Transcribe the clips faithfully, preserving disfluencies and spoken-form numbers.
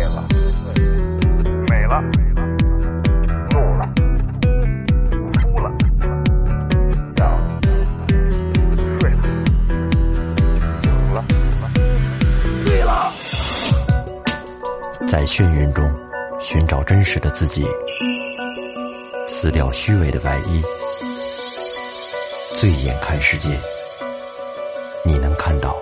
了，美了，怒了，哭了，笑了，睡了，醒了，醉了。 在眩晕中寻找真实的自己，撕掉虚伪的外衣，醉眼看世界，你能看到。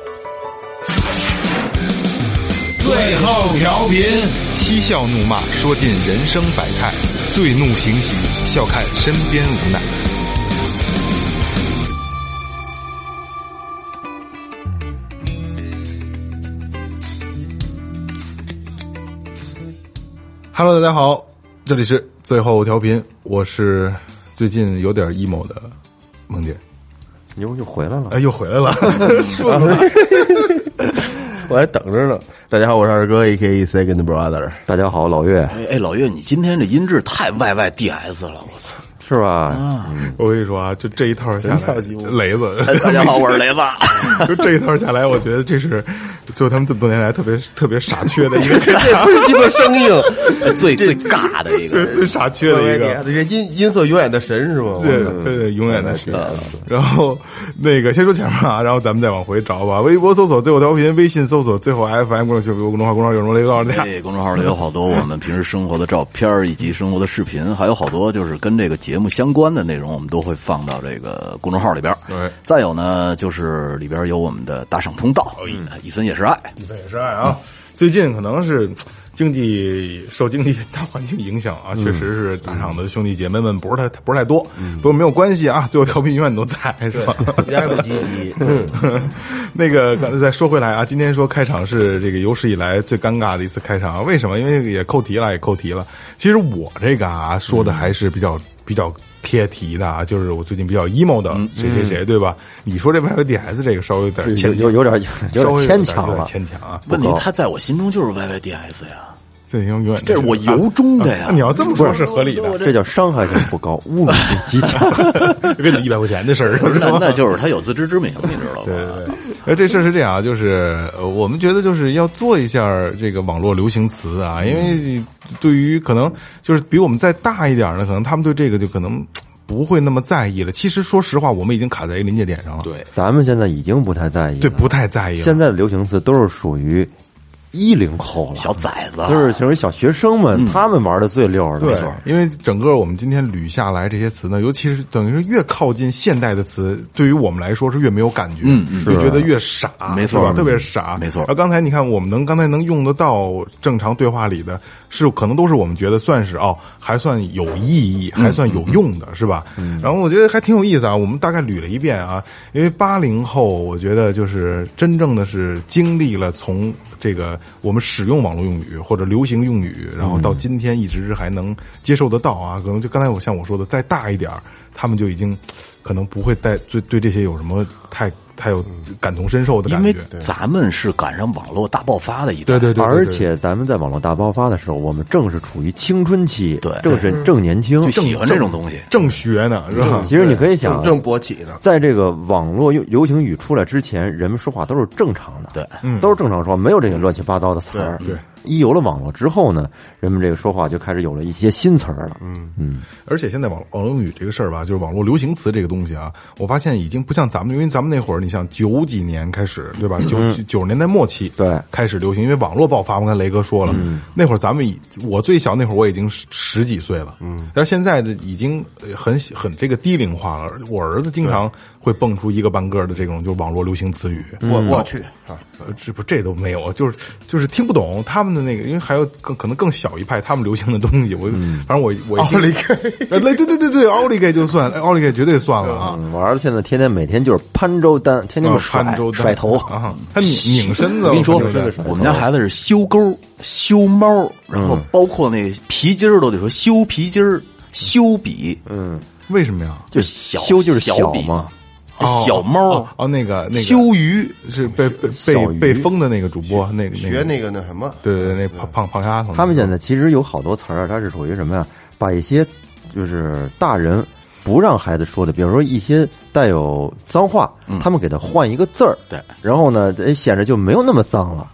最后调频，嬉笑怒骂，说尽人生百态，醉怒行喜，笑看身边无奈。Hello， 大家好，这里是最后调频，我是最近有点 emo 的梦姐。 又又回来了， 哎，又回来了，说我还等着呢。大家好，我是二哥 A K A Second Brother。大家好，老岳。 哎哎，老岳，你今天这音质太 Y Y D S 了，我操， 是吧？ 啊， 嗯、我跟你说啊，就这一套下来，雷子。 哎、大家好，我是雷子。 就这一套下来，我觉得这是就他们这么多年来特别特别傻缺的一个， 这不是鸡巴生硬， 最最尬的一个， 最最傻缺的一个， 这音音色永远的神是吗？ 对对对，永远的神。然后那个先说前面啊，然后咱们再往回找吧。微博搜索最后调频，微信搜索最后 F M 公众公众号，公众号有什么雷告诉大家。 对，公众号里有好多我们平时生活的照片以及生活的视频，还有好多就是跟这个节目相关的内容，我们都会放到这个公众号里边。 对， 再有呢，就是里边有我们的打赏通道，嗯，一分也是爱， 一分也是爱啊。最近可能是经济受经济大环境影响啊，确实是打赏的兄弟姐妹们不是太不是太多，嗯、不过没有关系啊，最后调频永远都在，是吧？ 第二个积极。 那个刚才再说回来啊，今天说开场是这个有史以来最尴尬的一次开场，为什么？因为也扣题了，也扣题了。其实我这个啊说的还是比较、嗯、比较贴题的啊，就是我最近比较 emo 的谁谁谁，对吧？你说这 Y Y D S 这个稍微有点牵有有点有点牵强了， 牵强啊。 问题他在我心中就是 Y Y D S 呀。 这永远这是我由衷的呀！ 你要这么说，是合理的。 这叫伤害性不高，侮辱性极强， 跟你一百块钱的事儿， 那那就是他有自知之明，你知道吗？ 对对对。而这事儿是这样啊，就是我们觉得就是要做一下这个网络流行词啊，因为对于可能就是比我们再大一点的，可能他们对这个就可能不会那么在意了。其实说实话，我们已经卡在一个临界点上了。 对， 咱们现在已经不太在意了， 对，不太在意了。 现在的流行词都是属于一零后了， 小崽子， 就是其实小学生们、嗯、他们玩的最溜的， 没错。因为整个我们今天捋下来这些词呢，尤其是等于是越靠近现代的词，对于我们来说是越没有感觉， 嗯， 就觉得越傻， 没错， 吧？特别傻， 没错。 然后刚才你看，我们能刚才能用得到正常对话里的，是可能都是我们觉得算是哦，还算有意义，还算有用的，嗯、是吧？嗯。然后我觉得还挺有意思啊，我们大概捋了一遍啊，因为八零后，我觉得就是真正的是经历了从这个我们使用网络用语或者流行用语，然后到今天一直还能接受得到啊，可能就刚才我像我说的，再大一点他们就已经可能不会带对对这些有什么太太有感同身受的感觉。 因为咱们是赶上网络大爆发的一代， 对对 对, 对, 对, 对， 而且咱们在网络大爆发的时候，我们正是处于青春期， 对， 正是正年轻， 就喜欢这种东西， 正学呢，是吧？ 其实你可以想， 正勃起呢， 在这个网络流行语出来之前，人们说话都是正常的， 对， 嗯，都是正常说，没有这些乱七八糟的词儿， 对。 一有了网络之后呢，人们这个说话就开始有了一些新词儿了。嗯嗯， 而且现在网网络用语这个事儿吧，就是网络流行词这个东西啊，我发现已经不像咱们，因为咱们那会儿，你像九几年开始，对吧？九九十年代末期， 对，开始流行，因为网络爆发，我跟雷哥说了，嗯、那会儿咱们已我最小那会儿我已经十几岁了，嗯，但是现在的已经很很这个低龄化了。我儿子经常会蹦出一个半个的这种就网络流行词语， 我我去啊， 这不这都没有，就是就是听不懂他们的那个，因为还有更可能更小一派他们流行的东西，我、嗯、反正我我奥利给， 对对对对对，奥利给就算，奥利给绝对算了啊！ 我儿子现在天天每天就是潘州丹，天天甩、 哦、 甩头啊，他拧拧身子。 我跟你说，我们家孩子是修钩、修猫，然后包括那皮筋儿都得说修皮筋儿、修笔。 嗯，为什么呀？ 就小修就是小笔嘛。 小猫哦, 哦，那个那个修鱼是被被被被封的那个主播，那个学那个那什么， 对对对，那胖胖胖丫头。 他们现在其实有好多词儿，它是属于什么呀？把一些就是大人不让孩子说的，比如说一些带有脏话，嗯、他们给他换一个字儿， 对， 然后呢，显着就没有那么脏了。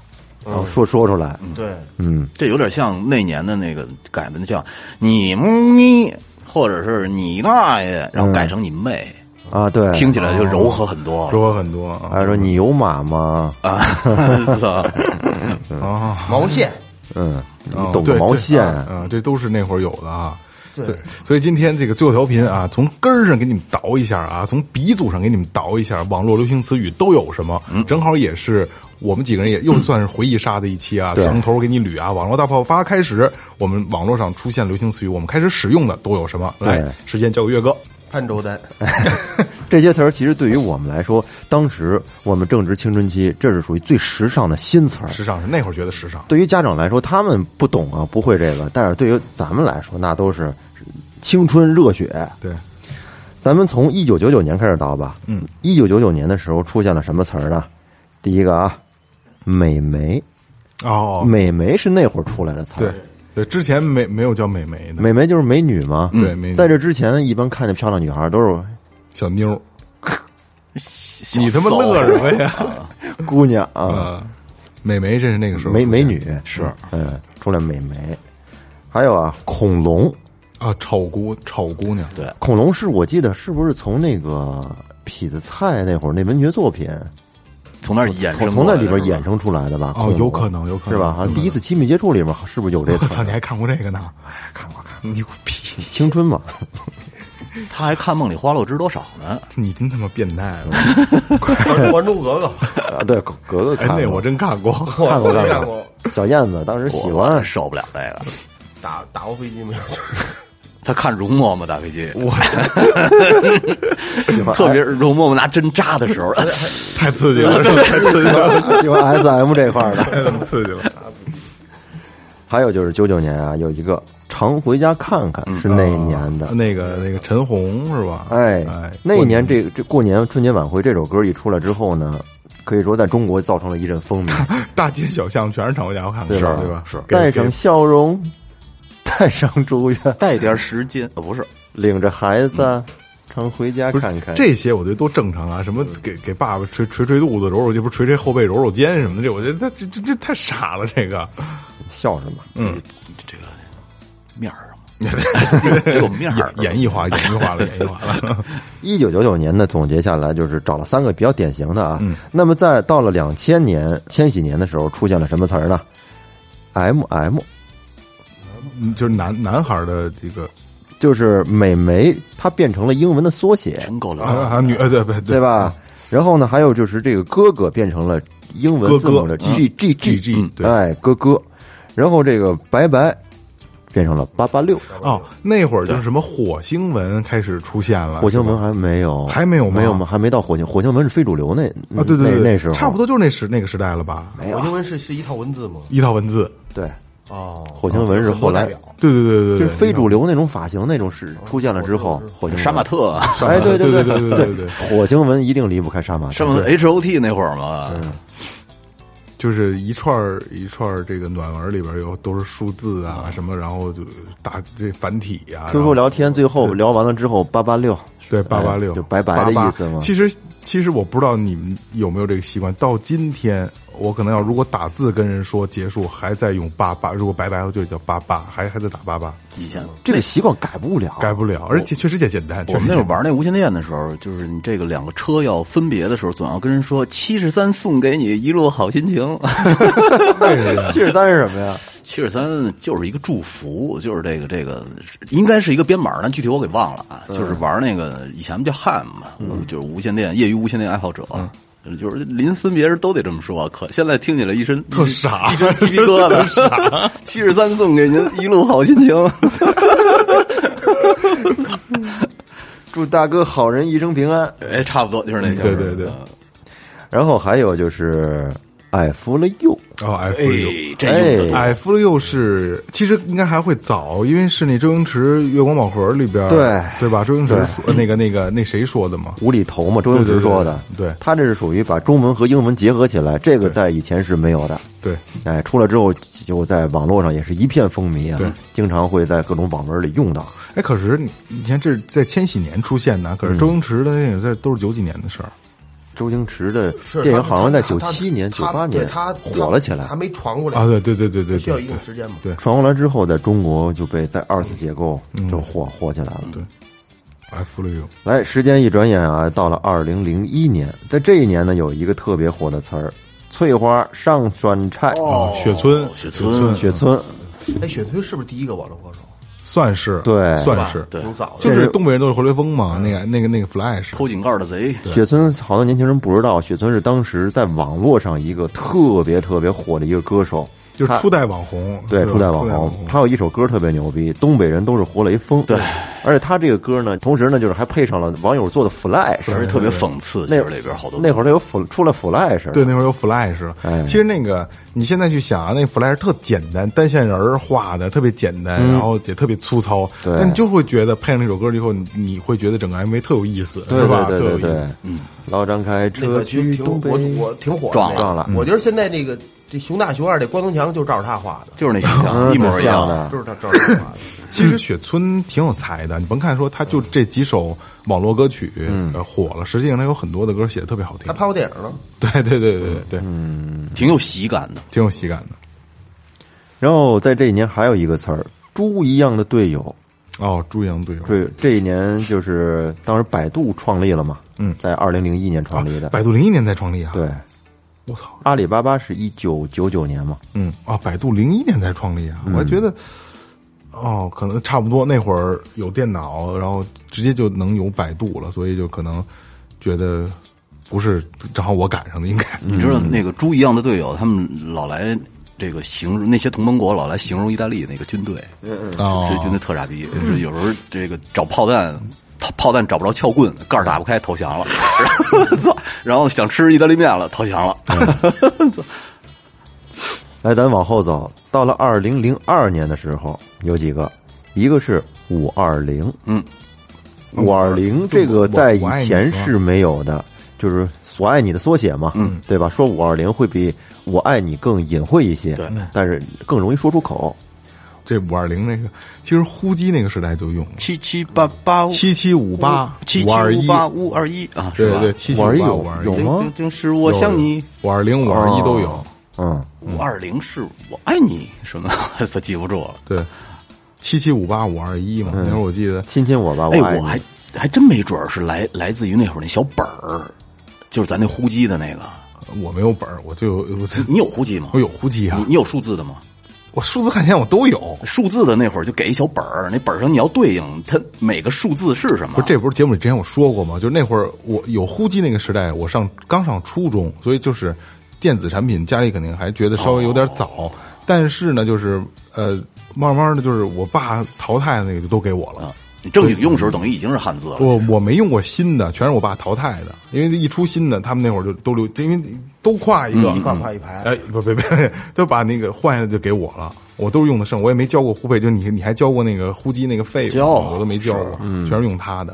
然后说说出来， 对， 嗯， 这有点像那年的那个改的，叫你咪，或者是你大爷，然后改成你妹。 啊，对， 听起来就柔和很多了， 柔和很多啊。 还说你有马吗？ 啊， 啊， 毛线， 嗯，你哦懂个对毛线啊、嗯，这都是那会儿有的啊。 对， 所以今天这个最后调频啊，从根儿上给你们倒一下啊，从鼻祖上给你们倒一下，网络流行词语都有什么？嗯，正好也是我们几个人也又算是回忆杀的一期啊，从头给你捋啊。网络大爆发开始，我们网络上出现流行词语，我们开始使用的都有什么？来，时间交给岳哥。 潘周丹， 这些词儿其实对于我们来说，当时我们正值青春期，这是属于最时尚的新词儿。 时尚是那会儿觉得时尚。 对于家长来说，他们不懂啊，不会这个；但是对于咱们来说，那都是青春热血。 对， 咱们从一九九九年开始倒吧。 嗯， 一九九九年的时候出现了什么词儿呢？第一个啊，美眉。 哦， 美眉是那会儿出来的词儿。 对。对，之前没没有叫美眉的， 美眉就是美女嘛。 对，美女。 在这之前，一般看见漂亮女孩都是小妞儿。你他妈乐什么呀？ 姑娘啊， 呃，美眉这是那个时候美美女是， 嗯，出来美眉。还有啊，恐龙啊，丑姑丑姑娘。 对， 恐龙是我记得是不是从那个痞子蔡那会儿那文学作品？ 从那儿衍生， 从那里边衍生出来的吧？ 哦，有可能，有可能， 是吧？好像第一次亲密接触里面是不是有这？ 我操，你还看过这个呢？ 看过，看过，牛逼！ 青春嘛， 他还看《梦里花落知多少》呢？ 你真他妈变态了！ 《还珠格格》 啊，对，格格看过， 哎，那我真看过， 看过， 看过。小燕子当时喜欢， 受不了这个。 打打过飞机没有？ 他看容嬷嬷打飞机， 我特别是容嬷嬷拿针扎的时候， 太刺激了，太刺激了， 喜欢 S M 这块的， 太刺激了。 还有就是九九年啊，有一个常回家看看，是那一年的， 那个那个陈红是吧？ 哎哎，那一年这这过年春节晚会这首歌一出来之后呢，可以说在中国造成了一阵风靡， 大街小巷全是常回家看看， 对吧？ 对吧？是带上笑容。带上祝愿， 带点时间，哦，不是， 领着孩子，常回家看看。 这些我觉得都正常啊，什么给给爸爸捶捶捶肚子，揉揉肩，不是捶捶后背，揉揉肩什么的，这我觉得这这这这太傻了，这个笑什么？ 嗯，这个面儿上，这有面儿， 演绎化，演绎化了，演绎化了。 一九九九年的总结下来，就是找了三个比较典型的啊。 嗯， 那么在到了两千年、千禧年的时候，出现了什么词儿呢 ？M M。 就是男男孩的这个， 就是美眉，它变成了英文的缩写， 真够了啊！女呃对对对吧？然后呢，还有就是这个哥哥变成了英文字母的 G G G G， 哎，哥哥。然后这个白白变成了八八六。 哦，那会儿就是什么火星文开始出现了， 火星文还没有， 还没有， 没有吗？还没到火星，火星文是非主流那啊，对对对， 那时候差不多就是那时那个时代了吧？ 没有， 火星文是是一套文字吗？ 一套文字， 对。 哦， 火星文是后来， 对对对对， 就是非主流那种发型那种是出现了之后，火星杀马特， 哎，对对对对对对对， 火星文一定离不开杀马特， 什么 H O T 那会儿嘛， 就是一串一串这个暖文里边有都是数字啊什么，然后就打这繁体啊 ，Q Q 聊天最后聊完了之后八八六， 对八八六就白白的意思嘛。 其实其实我不知道你们有没有这个习惯，到今天。我可能要如果打字跟人说结束，还在用八八；如果拜拜，就叫八八，还还在打八八。 以前这个习惯改不了， 改不了，而且确实也简单。 我们那会儿玩那无线电的时候，就是你这个两个车要分别的时候，总要跟人说七十三送给你，一路好心情。 七十三是什么呀？ 七十三就是一个祝福，就是这个这个应该是一个编码，但具体我给忘了啊。嗯、就是玩那个以前叫汉嘛，嗯、就是无线电业余无线电爱好者。嗯就是临分别时都得这么说，可现在听起来一身特傻， 一身鸡皮疙瘩。七十三送给您，一路好心情。 祝大哥好人一生平安。 哎，差不多就是那些。 对对对。 然后还有就是I feel you。 哦 ，I feel you， 这 ，I feel you是其实应该还会早，因为是那周星驰《月光宝盒》里边， 对对吧？周星驰说那个那个那谁说的嘛？ 无厘头嘛，周星驰说的。 对， 他这是属于把中文和英文结合起来，这个在以前是没有的。 对， 哎，出来之后就在网络上也是一片风靡啊， 对， 经常会在各种网文里用到。 哎，可是你你看这是在千禧年出现的，可是周星驰的那个在都是九几年的事儿。 周星驰的是电影好像在他他九七年、九他八年对他火了起来还。没传过来啊，对对对对对， 需要对一定时间嘛。 对传过来之后，在中国就被在二次解构就火火起来了。 对，I follow you。 来，时间一转眼啊，到了二零零一年，在这一年呢，有一个特别火的词儿——翠花上酸菜。 哦，雪村， 雪村雪村， 哎，雪村是不是第一个网络歌手？ 算是对算是， 对挺早的。 就是东北人都是回雷锋嘛，那个那个那个 Flash， 偷井盖的贼， 雪村好多年轻人不知道，雪村是当时在网络上一个特别特别火的一个歌手， 就是初代网红， 对， 吧初代网红。他有一首歌特别牛逼，东北人都是活雷锋。 对， 而且他这个歌呢，同时呢，就是还配上了网友做的 Flash， 而且特别讽刺。其那实里边好多那会儿他有 Fl 出了 Flash， 对，那会儿有 Flash。 哎其实那个你现在去想啊，那 Flash 特简单，单线人儿画的特别简单，然后也特别粗糙， 对但你就会觉得配上那首歌以后，你你会觉得整个 M V 特有意思， 对是吧？ 对对对对特有意思。， 嗯，老张开那个车去挺东北， 我我挺火的撞了那个撞了我觉得现在那个这熊大熊二这关东强就照着他画的， 就是那形象嗯一模一样。 像的。 就是他照着他画的。 其实雪村挺有才的，你甭看说他就这几首网络歌曲呃火了，实际上他有很多的歌写的特别好听他。拍过电影呢。 对对对对对对， 挺有喜感的。 挺有喜感的。 然后在这一年还有一个词儿“猪一样的队友”， 哦，猪羊队友， 这这一年就是当时百度创立了嘛， 嗯在二零零一年创立的。 百度零一年才创立啊？， 对， 我操， 阿里巴巴是一九九九年嘛， 嗯啊，百度零一年才创立啊，我还觉得。哦，可能差不多那会儿有电脑，然后直接就能有百度了，所以就可能觉得不是正好我赶上的，应该。 你知道那个猪一样的队友，他们老来这个形容那些同盟国老来形容意大利那个军队， 哦这军队特傻逼，就是有时候这个找炮弹。炮炮弹找不着撬棍，盖儿打不开，投降了。然后操，然后想吃意大利面了，投降了。 来，咱往后走，到了二零零二年的时候，有几个，一个是五二零， 嗯， 五二零这个在以前是没有的，就是“我爱你”的缩写嘛， 嗯， 对吧？说五二零会比“我爱你”更隐晦一些， 对， 但是更容易说出口。 这五二零那个，其实呼机那个时代就用七七八八七七五八七七五二一五八五二一啊，是吧？ 对对，七七五八有五二一， 有吗？ 就是我想你， 五二零五二一都有。 嗯， 五二零是我爱你什么？他记不住了。 对，七七五八五二一嘛，那会儿我记得。 亲亲我吧， 哎， 爱你。 我还还真没准儿是来来自于那会儿那小本儿，就是咱那呼机的那个。 我没有本儿，我就有我你有呼机吗？ 我有呼机啊你，你有数字的吗？ 我数字汉显我都有。 数字的那会儿就给一小本儿，那本儿上你要对应它每个数字是什么。 不是，这不是节目里之前我说过吗？就是那会儿我有呼机那个时代，我上刚上初中，所以就是电子产品家里肯定还觉得稍微有点早。 哦、 但是呢，就是呃，慢慢的就是我爸淘汰的那个就都给我了。 啊你正经用时候等于已经是汉字了。 我我没用过新的，全是我爸淘汰的。因为一出新的，他们那会儿就都留，因为都跨一个， 一块跨一排。 哎，不别别，都把那个换下来就给我了，我都是用的剩，我也没交过呼费，就你你还交过那个呼机那个费交我都没交过，全是用他的。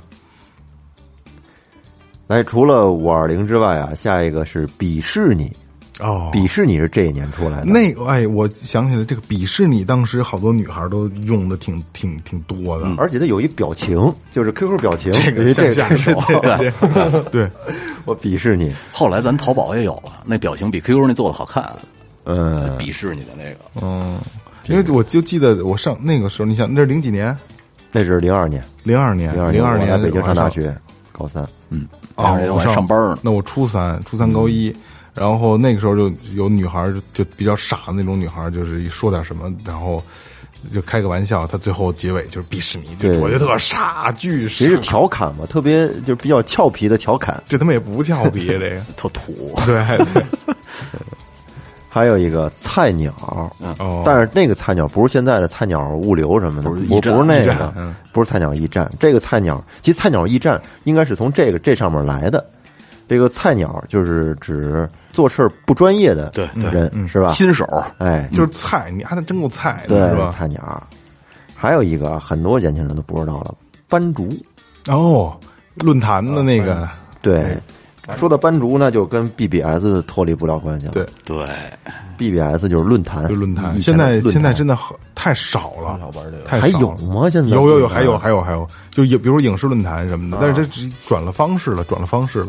来，除了五二零之外啊，下一个是鄙视你。 哦， 鄙视你是这一年出来的。 那个哎，我想起来，这个鄙视你，当时好多女孩都用的挺挺挺多的， 而且它有一表情，就是 Q Q 表情， 这个这向下个手， 对对对， 我鄙视你。 后来咱淘宝也有了，那表情比 Q Q 那做的好看。 嗯， 鄙视你的那个， 嗯，因为我就记得我上那个时候，你想那是零几年？ 那是零二年， 零二年， 零零二年在北京上大学，高三。 嗯， 哦，我上上班呢。 那我初三，初三高一。然后那个时候就有女孩就就比较傻的那种女孩，就是一说点什么，然后就开个玩笑，她最后结尾就是鄙视你，就我觉得特傻，巨傻。 其实调侃嘛，特别就是比较俏皮的调侃。 这他妈也不俏皮，这个特土。 对对。 还有一个菜鸟， 哦， 但是那个菜鸟不是现在的菜鸟物流什么的，不是不是那个， 嗯、 不是菜鸟驿站。这个菜鸟其实菜鸟驿站应该是从这个这上面来的。这个菜鸟就是指做事不专业的人， 嗯、 是吧？ 新手， 哎， 就是菜，你还得真够菜的， 对， 是吧？ 菜鸟。还有一个很多年轻人都不知道了，班竹。 哦，论坛的那个， 对。说到班竹呢，就跟 B B S 脱离不了关系了。 对对 ，B B S 就是论坛， 就论坛。现在现在真的太少了，太还有吗？现在有有有，还有还有还有，就有比如说影视论坛什么的，但是这只转了方式了，转了方式了。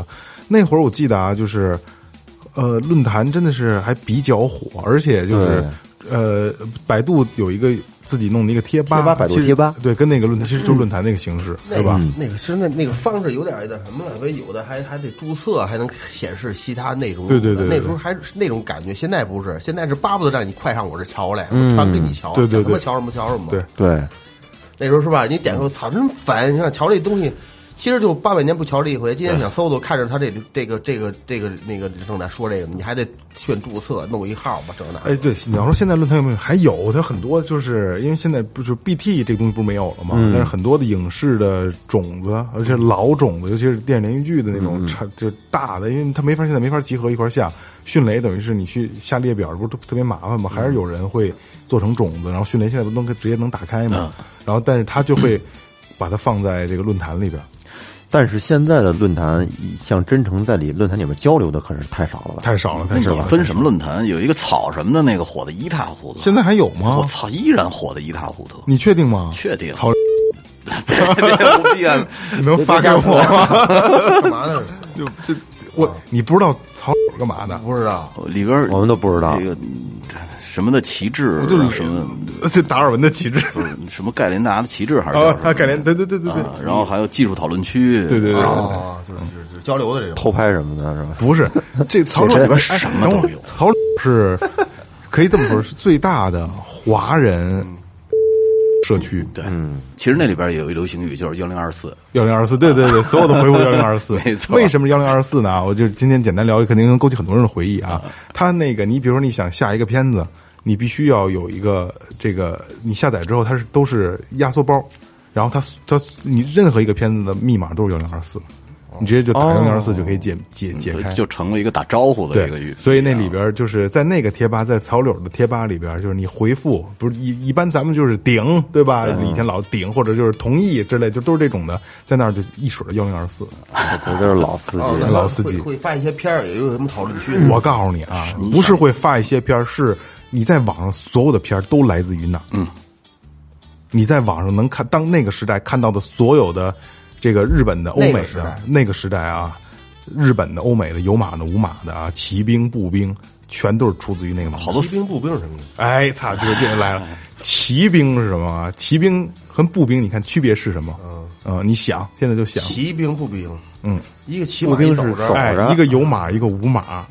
那会儿我记得啊，就是呃，论坛真的是还比较火，而且就是呃，百度有一个自己弄的一个贴吧， 贴吧百度其实贴吧对，跟那个论坛其实就是论坛那个形式， 那对吧？ 那个是那那个方式有点儿的什么了，因为有的还还得注册，还能显示其他内容。 对对对对那时候还是那种感觉，现在不是，现在是巴不得让你快上我这瞧来，我嗯传给你瞧， 对对对想他妈瞧什么瞧什么。 对， 对， 那时候是吧？你点个操，真烦！你想瞧这东西，其实就八百年不瞧这一回。今天想搜搜，看着他这这个这个这个那个正在说这个，你还得炫注册，弄一号吧，这那。 哎，对，你要说现在论坛有没有？还有，它很多就是因为现在不是 B T 这个东西不是没有了嘛，但是很多的影视的种子，而且老种子，尤其是电视连续剧的那种产，就大的，因为它没法现在没法集合一块儿下。迅雷等于是你去下列表，不是特别麻烦吗？还是有人会做成种子，然后迅雷现在不能直接能打开嘛？然后但是他就会把它放在这个论坛里边。 但是现在的论坛，像真诚在里论坛里面交流的可是太少了吧？ 太少了，太你少了。 分什么论坛？有一个草什么的那个火的一塌糊涂。 现在还有吗？ 我操，依然火的一塌糊涂。 你确定吗？ 确定。 草， 不必啊！ 你能发给我吗？ 干嘛呢？ 就就我，你不知道草干嘛的？ 不知道。 里边我们都不知道这个什么的旗帜， 就是什么这达尔文的旗帜， 不是什么盖莲达的旗帜还是啊叫什，么啊，盖莲，对对对对对， 啊然后还有技术讨论区， 对对对， 哦，就是就是交流的这种。 偷拍什么的，是吧？ 不是这曹里边哎什么等会儿都有曹是可以这么说，是最大的华人社区。 对，其实那里边也有一流行语，就是幺零二四。 幺零二四，对对对，所有的回复幺零二四， 没错为什么幺零二四呢？我就今天简单聊，肯定能勾起很多人的回忆啊。他那个，你比如说你想下一个片子，你必须要有一个这个，你下载之后它是都是压缩包，然后它它你任何一个片子的密码都是幺零二四，你直接就打幺零二四就可以解解解开， 就成了一个打招呼的一个语。 所以那里边就是在那个贴吧，在草柳的贴吧里边，就是你回复，不是一一般咱们就是顶，对吧？以前老顶或者就是同意之类，就都是这种的，在那儿就一水幺零二四。 这都是老司机哦，那老司机会会发一些片儿，也有什么讨论区。 我告诉你啊，不是会发一些片儿，是你在网上所有的片儿都来自于哪？嗯，你在网上能看当那个时代看到的所有的这个日本的、欧美的那个时代那个时代啊，日本的、欧美的、有马的、无马的啊，骑兵、步兵，全都是出自于那个网上。 好多骑兵步兵是什么意思？ 哎，操，这个这个来了。骑兵是什么啊？骑兵和步兵，你看区别是什么？嗯，呃，你想，现在就想， 骑兵步兵， 嗯， 一个骑马， 步兵一走着是手哎， 着一个有马，一个无马。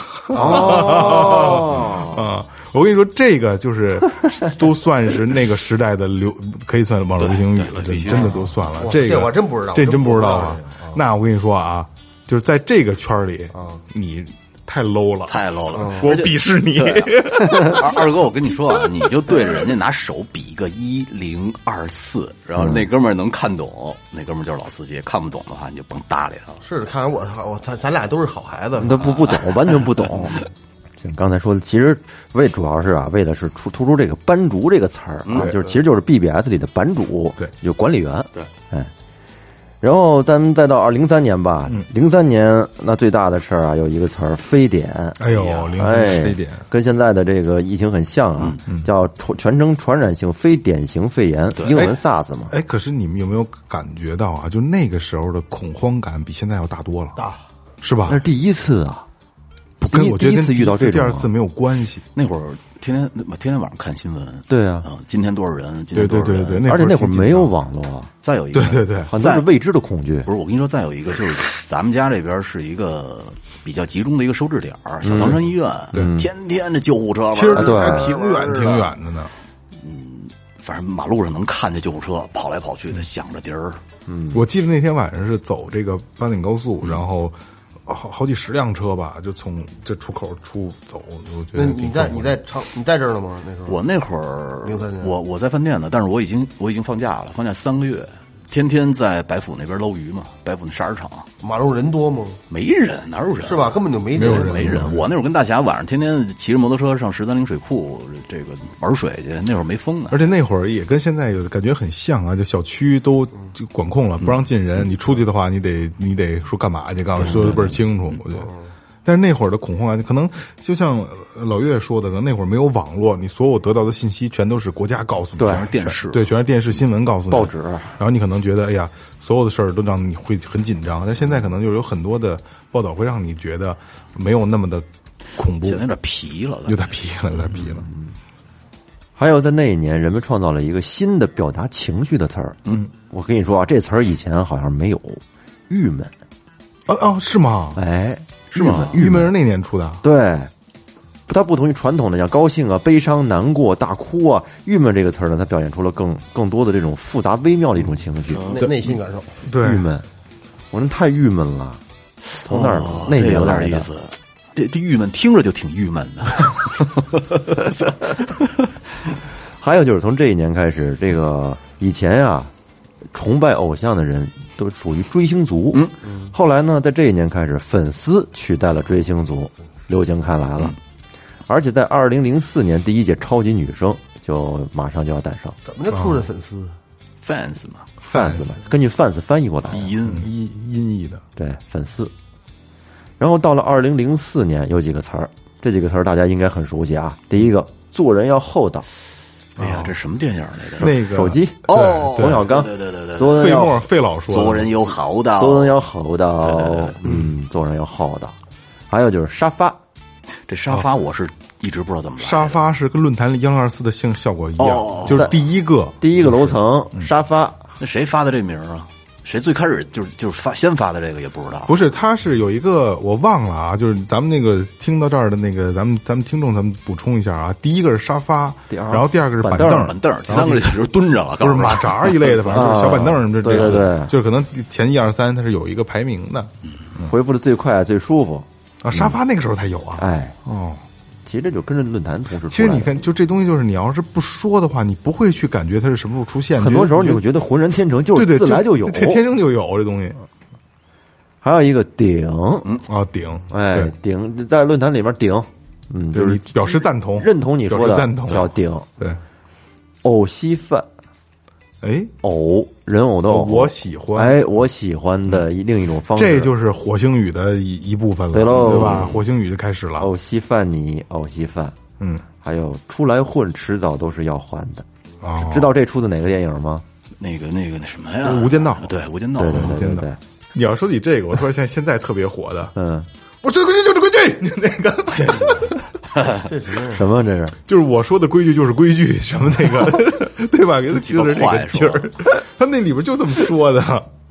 哦， 啊，我跟你说，这个就是都算是那个时代的流，可以算网络流行语了，真真的都算了。 哇这个这我真不知道这真我真不知道不知道啊这个啊。 那我跟你说啊，就是在这个圈儿里，你太 low 了， 太 low 了， 我鄙视你。 二二哥，我跟你说啊，你就对着人家拿手比一个一零二四，然后那哥们儿能看懂，那哥们儿就是老司机；看不懂的话，你就甭搭理他了。 是，看来我我咱咱俩都是好孩子你。都不不懂，完全不懂。像刚才说的，其实为主要是啊，为的是突突出这个班主这个词儿啊，就是其实就是 B B S 里的版主， 对， 就管理员， 对， 哎。然后咱们再到二零三年吧，零三年那最大的事儿啊，有一个词儿非典， 哎呦，零哎， 非典， 跟现在的这个疫情很像啊，叫传全称传染性非典型肺炎，英文 SARS 嘛。 哎，可是你们有没有感觉到啊？就那个时候的恐慌感比现在要大多了， 大是吧那？是第一次啊， 不跟第一我觉得跟第一次遇到这种第啊二次没有关系。 那会儿天天天天晚上看新闻， 对啊， 啊，今天多少人？今对天多少人？ 对对对， 而且那会儿挺紧没有张网络啊， 再有一个， 对对对很多是未知的恐惧。 不是我跟你说，再有一个就是咱们家这边是一个比较集中的一个收治点儿，小唐山医院，对，天天这救护车， 其实玩儿对还挺远挺远的呢。 反正马路上能看见救护车跑来跑去的，响着笛儿。 我记得那天晚上是走这个八岭高速，然后好好几十辆车吧，就从这出口出走。我觉得那你在挺壮观你在长你在这儿了吗？那时候我那会儿零三年我我在饭店呢，但是我已经我已经放假了，放假三个月，天天在白府那边捞鱼嘛，白府那沙市场马路人多吗？ 没人，哪有人？ 是吧？根本就没没有人没人。我那会儿跟大侠晚上天天骑着摩托车上十三陵水库这个玩水去，那会儿没风呢。 而且那会儿也跟现在有的感觉很像啊，就小区都就管控了，不让进人。你出去的话，你得你得说干嘛去，告诉说的倍儿清楚。我觉得但是那会儿的恐慌感，可能就像老岳说的，可能那会儿没有网络，你所有得到的信息全都是国家告诉你， 对全是电视对，全是电视新闻告诉你， 报纸， 然后你可能觉得，哎呀，所有的事儿都让你会很紧张。但现在可能就是有很多的报道会让你觉得没有那么的恐怖， 现在有点皮了， 有点皮了，有点皮了。 还有在那一年，人们创造了一个新的表达情绪的词儿。嗯，我跟你说啊，这词儿以前好像没有，郁闷。 哦哦，是吗？ 哎， 是吗？ 郁闷郁闷是那年出的。 对，它不同于传统的像高兴啊、悲伤、难过、大哭啊，郁闷这个词儿呢，它表现出了更更多的这种复杂微妙的一种情绪。 内内心感受。 对， 郁闷，我真太郁闷了。从那儿、 哦那年这有来的。 点意思。这这郁闷听着就挺郁闷的。 还有就是从这一年开始，这个以前啊，崇拜偶像的人都属于追星族。嗯，后来呢，在这一年开始，粉丝取代了追星族，流行开来了。而且在二零零四年第一届超级女声就马上就要诞生。 怎么就出了粉丝？ fans 嘛， fans 嘛，根据 fans 翻译过来的。 译音音音译的。 对，粉丝。然后到了二零零四年，有几个词儿，这几个词儿大家应该很熟悉啊。第一个，做人要厚道。 哎呀，这什么电影来着？ 那个手机哦， 冯小刚， 对对对对， 费做人要莫费老说的， 做人有厚道， 做人要厚道， 对对对嗯，做人要厚道。还有就是沙发， 这沙发我是一直不知道怎么来的。 沙发是跟论坛里央二四的性效果一样， 哦就是第一个第一个楼层沙发， 那谁发的这名儿啊？谁最开始就是就是发先发的这个也不知道。 不是，他是有一个我忘了啊，就是咱们那个听到这儿的那个，咱们咱们听众，咱们补充一下啊。第一个是沙发， 第二然后第二个是板板凳凳， 板凳，第三个就是蹲着了， 不是马扎一类的，反正就是小板凳什么这对对对就是可能前一二三它是有一个排名的回复的最快最舒服。 啊。沙发那个时候才有啊。 哎， 哦， 其实这就跟着论坛同时出来的。 其实你看，就这东西，就是你要是不说的话，你不会去感觉它是什么时候出现。 很多时候你觉得会觉得浑然天成，就对对， 自来就有。 天天生就有这东西。 还有一个顶， 啊，顶， 哎对， 顶在论坛里面顶，嗯， 就就是是你表示赞同， 认同你说的表示赞同叫顶。 对， 偶稀饭， 哎， 偶人偶的偶， 我喜欢， 哎，我喜欢的一另一种方式， 这就是火星语的一一部分了， 对喽对吧？火星语就开始了。 偶稀饭你，偶稀饭， 嗯， 还有出来混，迟早都是要还的。 哦， 知道这出自哪个电影吗？ 那个那个那什么呀？ 无间道对，无间道。 对对对对真的对， 你要说起这个，我突然现现在特别火的， 嗯， 我这规矩就是规矩，那个这什么？ 什么这是？ 就是我说的规矩就是规矩，什么那个，对吧？给他听着这个劲儿，他那里边就这么说的。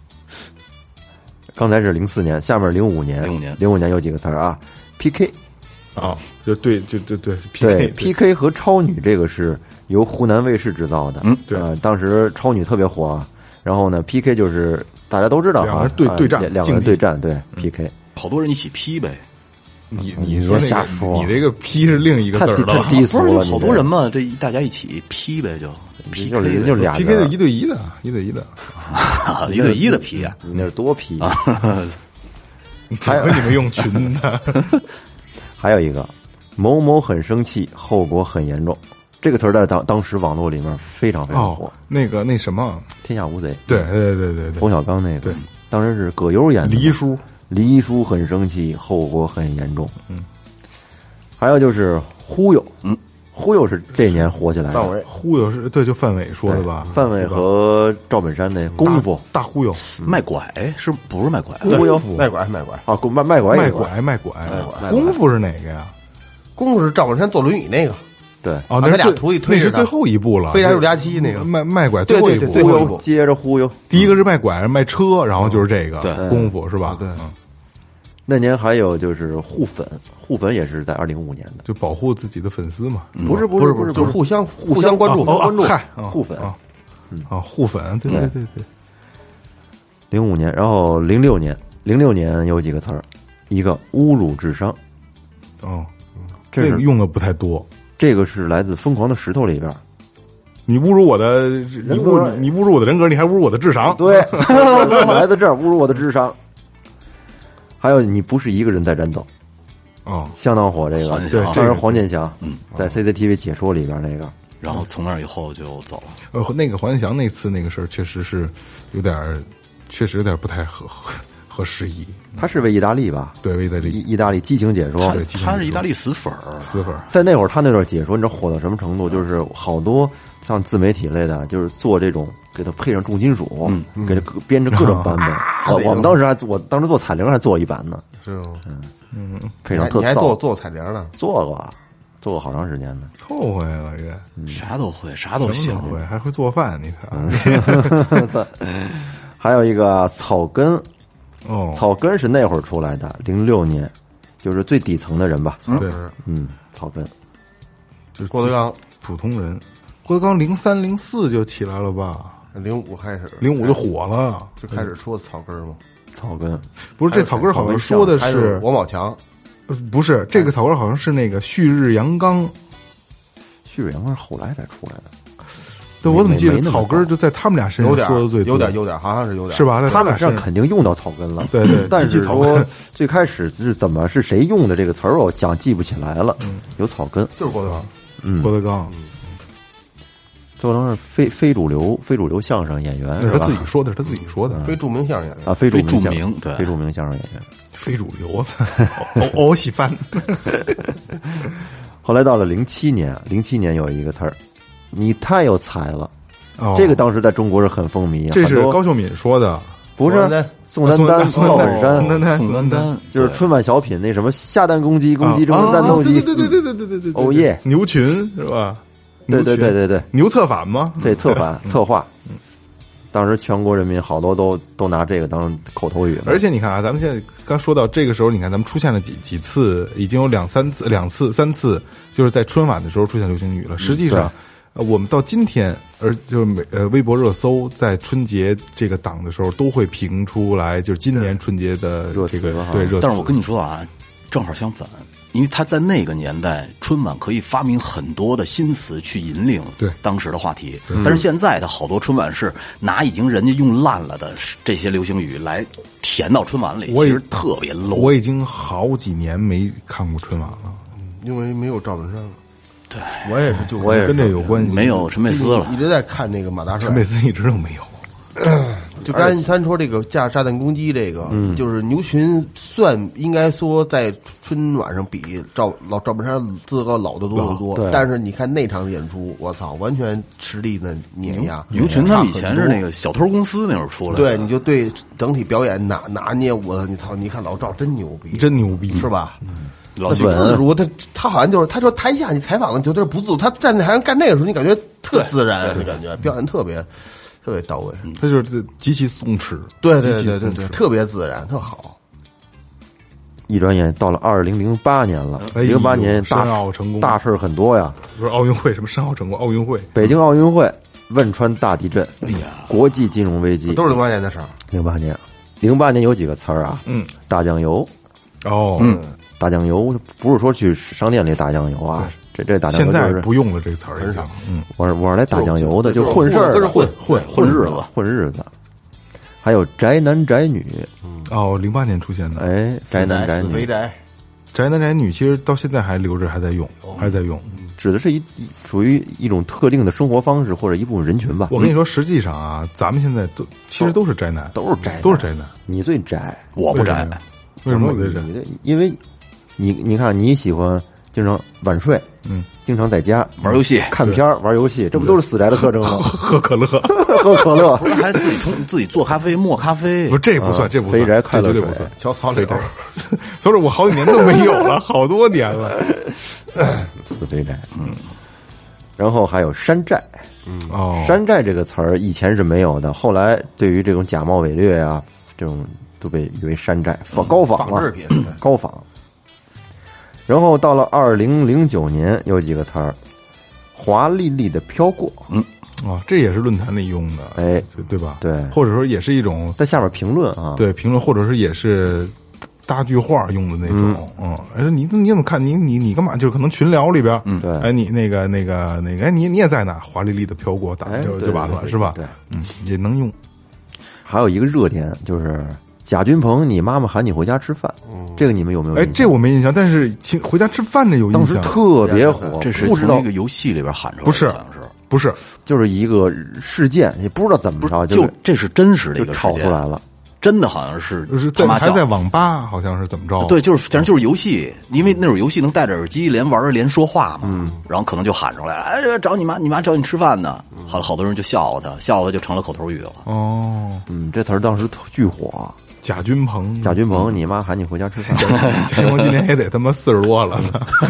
刚才是零四年，下面零五年， 零五年零五年有几个词儿啊 ？P K， 啊，就对，就对对对 P P K 和超女这个是由湖南卫视制造的， 嗯对呃，当时超女特别火啊，然后呢 P K 就是大家都知道啊， 两个人对啊对战两两个人竞技对战，对 P K， 好多人一起批呗。 你你你说那个， 瞎说你这个批是另一个字儿了太吧低俗了， 不是好你这多人嘛，这大家一起批呗，就 P 就 K 是就俩 ？P K 人是一对一的，一对一的。 一对一的批啊。 你那是多 P， 怎么你们用群的？ 还有一个某某很生气，后果很严重，这个词儿在当当时网络里面非常非常火哦，，那个那什么， 天下无贼， 对对对对对， 冯小刚那个， 对， 当时是葛优演的， 黎叔， 黎叔很生气，后果很严重。嗯，还有就是忽悠， 嗯， 忽悠是这年火起来的。 范伟忽悠是对，就范伟说的吧？ 范伟和赵本山的功夫大大忽悠， 卖拐是不是卖拐？ 忽悠卖拐卖拐， 啊，卖卖拐卖也拐卖拐拐， 功夫是哪个呀？ 功夫是赵本山坐轮椅那个， 对， 哦， 把他俩那是最徒弟推着他那是最后一步了， 飞侠六加七那个卖卖拐对最后一步， 对对最后一步接着忽悠。 第一个是卖拐卖车，然后就是这个对功夫是吧？ 对嗯那年还有就是互粉，互粉也是在二零五年的， 就保护自己的粉丝嘛。 不是不不是不是是就是互相互互相关注， 哦关注。 嗨，啊互粉啊啊，互粉，对对对对， 零五年，然后零六年，零六年有几个词儿，一个侮辱智商， 哦， 这是这个用的不太多。 这个是来自《疯狂的石头》里边儿。 你侮辱我的，你侮辱你侮辱我的人格，你还侮辱我的智商？ 对，来自这儿侮辱我的智商。还有，你不是一个人在战斗， 哦， 相当火。这个黄健翔当时黄健翔嗯在 C C T V 解说里边那个， 然后从那以后就走了。 呃，那个黄健翔那次那个事儿，确实是有点儿，确实有点不太合合和适宜。 他是为意大利吧？ 对，为意大意利意大利激情解说他， 对他是意大利死粉儿， 死粉儿。 在那会儿他那段解说，你知道火到什么程度？就是好多像自媒体类的，就是做这种给他配上重金属， 嗯给他各编成各种版本。我我们当时还我当时做彩铃还做一版呢， 是吗？ 配上特你还你还做燥， 做彩铃呢？ 做过做过好长时间呢。 凑合了这， 啥都会，啥都行什么。都会，还会做饭，你看。 还有一个草根， 哦， 草根是那会儿出来的，零六年，就是最底层的人吧。 对， 嗯，草根就是郭德纲普通人。郭德纲零三零四就起来了吧？ 零五开始， 零五就火了。 就开始说草根吗？ 草根， 不是这草根好像说的还是王宝强， 呃不是这个草根好像是那个旭日阳刚。 旭日阳光是后来才出来的。 对，我怎么记得没那么草根就在他们俩身有点上说的最多， 有点有点，好像是有点， 是？吧？在他们上们俩身上肯定用到草根了， 对对但是机器草根说最开始是怎么是谁用的这个词儿，我想记不起来了。有草根， 就是郭德纲， 嗯， 郭德纲， 郭德纲是非非主流非主流相声演员那是他是吧？ 自己说的，是他自己说的， 非著名相声演员。 啊，非著非著相名对非著名相声演员。 非主流，欧欧喜欢。 后来到了零七年，零七年有一个词儿，你太有才了， 哦这个当时在中国是很风靡， 这是很多高秀敏说的， 不是宋丹丹宋丹丹、赵宋丹丹本山， 宋丹丹宋丹丹就是春晚小品那什么下蛋公鸡，公鸡中战斗机， 啊对对对对对对对对， 哦耶， 牛群是吧？ 对对对对对， 牛策反吗？ 这特版策划，当时全国人民好多都都拿这个当口头语了， 而且你看啊，咱们现在刚说到这个时候，你看咱们出现了几几次，已经有两三次、两次、三次，就是在春晚的时候出现流行语了。实际上，呃，我们到今天，而就是每呃微博热搜在春节这个档的时候都会评出来，就是今年春节的热这个词哈对热词。 但是我跟你说啊，正好相反，因为他在那个年代，春晚可以发明很多的新词去引领对当时的话题。但是现在的好多春晚是拿已经人家用烂了的这些流行语来填到春晚里， 我也其实特别 low。 我已经好几年没看过春晚了， 因为没有赵本山了。 对， 我也是，就我也是跟这有关系。 没有陈佩斯了一。直在看那个马大帅陈。佩斯一直都没有。 就刚才他说这个架炸弹攻击这个，就是牛群算应该说在春晚上比赵老赵本山资格老得多得多对， 但是你看那场演出，我操，完全实力的碾压。 牛群他们以前是那个。 个小偷公司那会儿出来的， 对，你就对整体表演拿拿捏我，你操！你看老赵真牛逼， 真牛逼是吧？ 老不自如，他他好像就是他说台下你采访的就有点不自如，他站在台上干这个时候，你感觉特自然，你感觉表演特别特别到位。 他就是极其松弛， 对对对对极其松弛， 对特别自然，特好。 一转眼到了二零零八年了， 哎呦零八年大申奥成功大事儿很多呀， 不是奥运会什么申奥成功奥运会， 北京奥运会、汶川大地震、 哎呀， 国际金融危机， 都是零八年的事儿。 零八年，零八年有几个词儿啊？ 嗯， 大酱油， 哦， 嗯， 大酱油不是说去商店里打酱油啊，这这打酱现在油就是不用了这个词儿，很少。嗯， 我是我是来打酱油的， 就就是混事儿的， 跟着混混混日子。 混日子。还有宅男宅女， 哦，零八年出现的， 哎，宅男宅女死肥宅， 宅男宅女其实到现在还留着，还在用，还在用。 指的是一属于一种特定的生活方式或者一部分人群吧。 我跟你说，实际上啊，咱们现在都其实都是宅男， 都是宅男都是宅男。 你最宅， 我不宅， 为什么我最宅？ 你的，因为你你看你喜欢经常晚睡， 嗯， 经常在家玩游戏， 看片儿、玩游戏，这不都是死宅的特征吗？ 喝可乐， 喝可乐， 不是还自己冲自己做咖啡磨咖啡不，是这不算，这不算， 肥宅快乐水这绝对不算。 瞧草柳， 所以说我好几年都没有了，好多年了。 死肥宅。嗯，然后还有山寨， 哦， 山寨这个词儿以前是没有的，后来对于这种假冒伪劣啊，这种都被誉为山寨，仿高仿嘛仿制品， 高仿。然后到了二零零九年，有几个词儿，华丽丽的飘过， 哦，这也是论坛里用的， 哎， 对对吧？ 对或者说也是一种在下面评论啊， 对评论，或者是也是搭句话用的那种。嗯，哎，你你怎么看？你你你干嘛？就是可能群聊里边， 对哎，你那个那个那个，哎，你你也在哪？华丽丽的飘过，打哎对就就完了， 对是吧？ 对， 嗯，也能用。 还有一个热点就是贾君鹏，你妈妈喊你回家吃饭，这个你们有没有印哎， 象？ 这我没印象，但是请回家吃饭这有印当时象。 特别火， 这是不知道从一个游戏里边喊出来的， 不是好像是不是就是一个事件，也不知道怎么着， 就是这是真实的一就个事件炒出来了。 真的好像是就是在他妈叫还在网吧，好像是怎么着？ 对，就是反正就是游戏，因为那种游戏能戴着耳机连玩连说话嘛，嗯，然后可能就喊出来了，哎，找你妈，你妈找你吃饭呢。好了，好多人就笑话他，笑话他就成了口头语了。 哦， 嗯，这词儿当时巨火。 贾君鹏， 贾君鹏，你妈喊你回家吃饭。 贾君鹏今年也得他妈四十多了。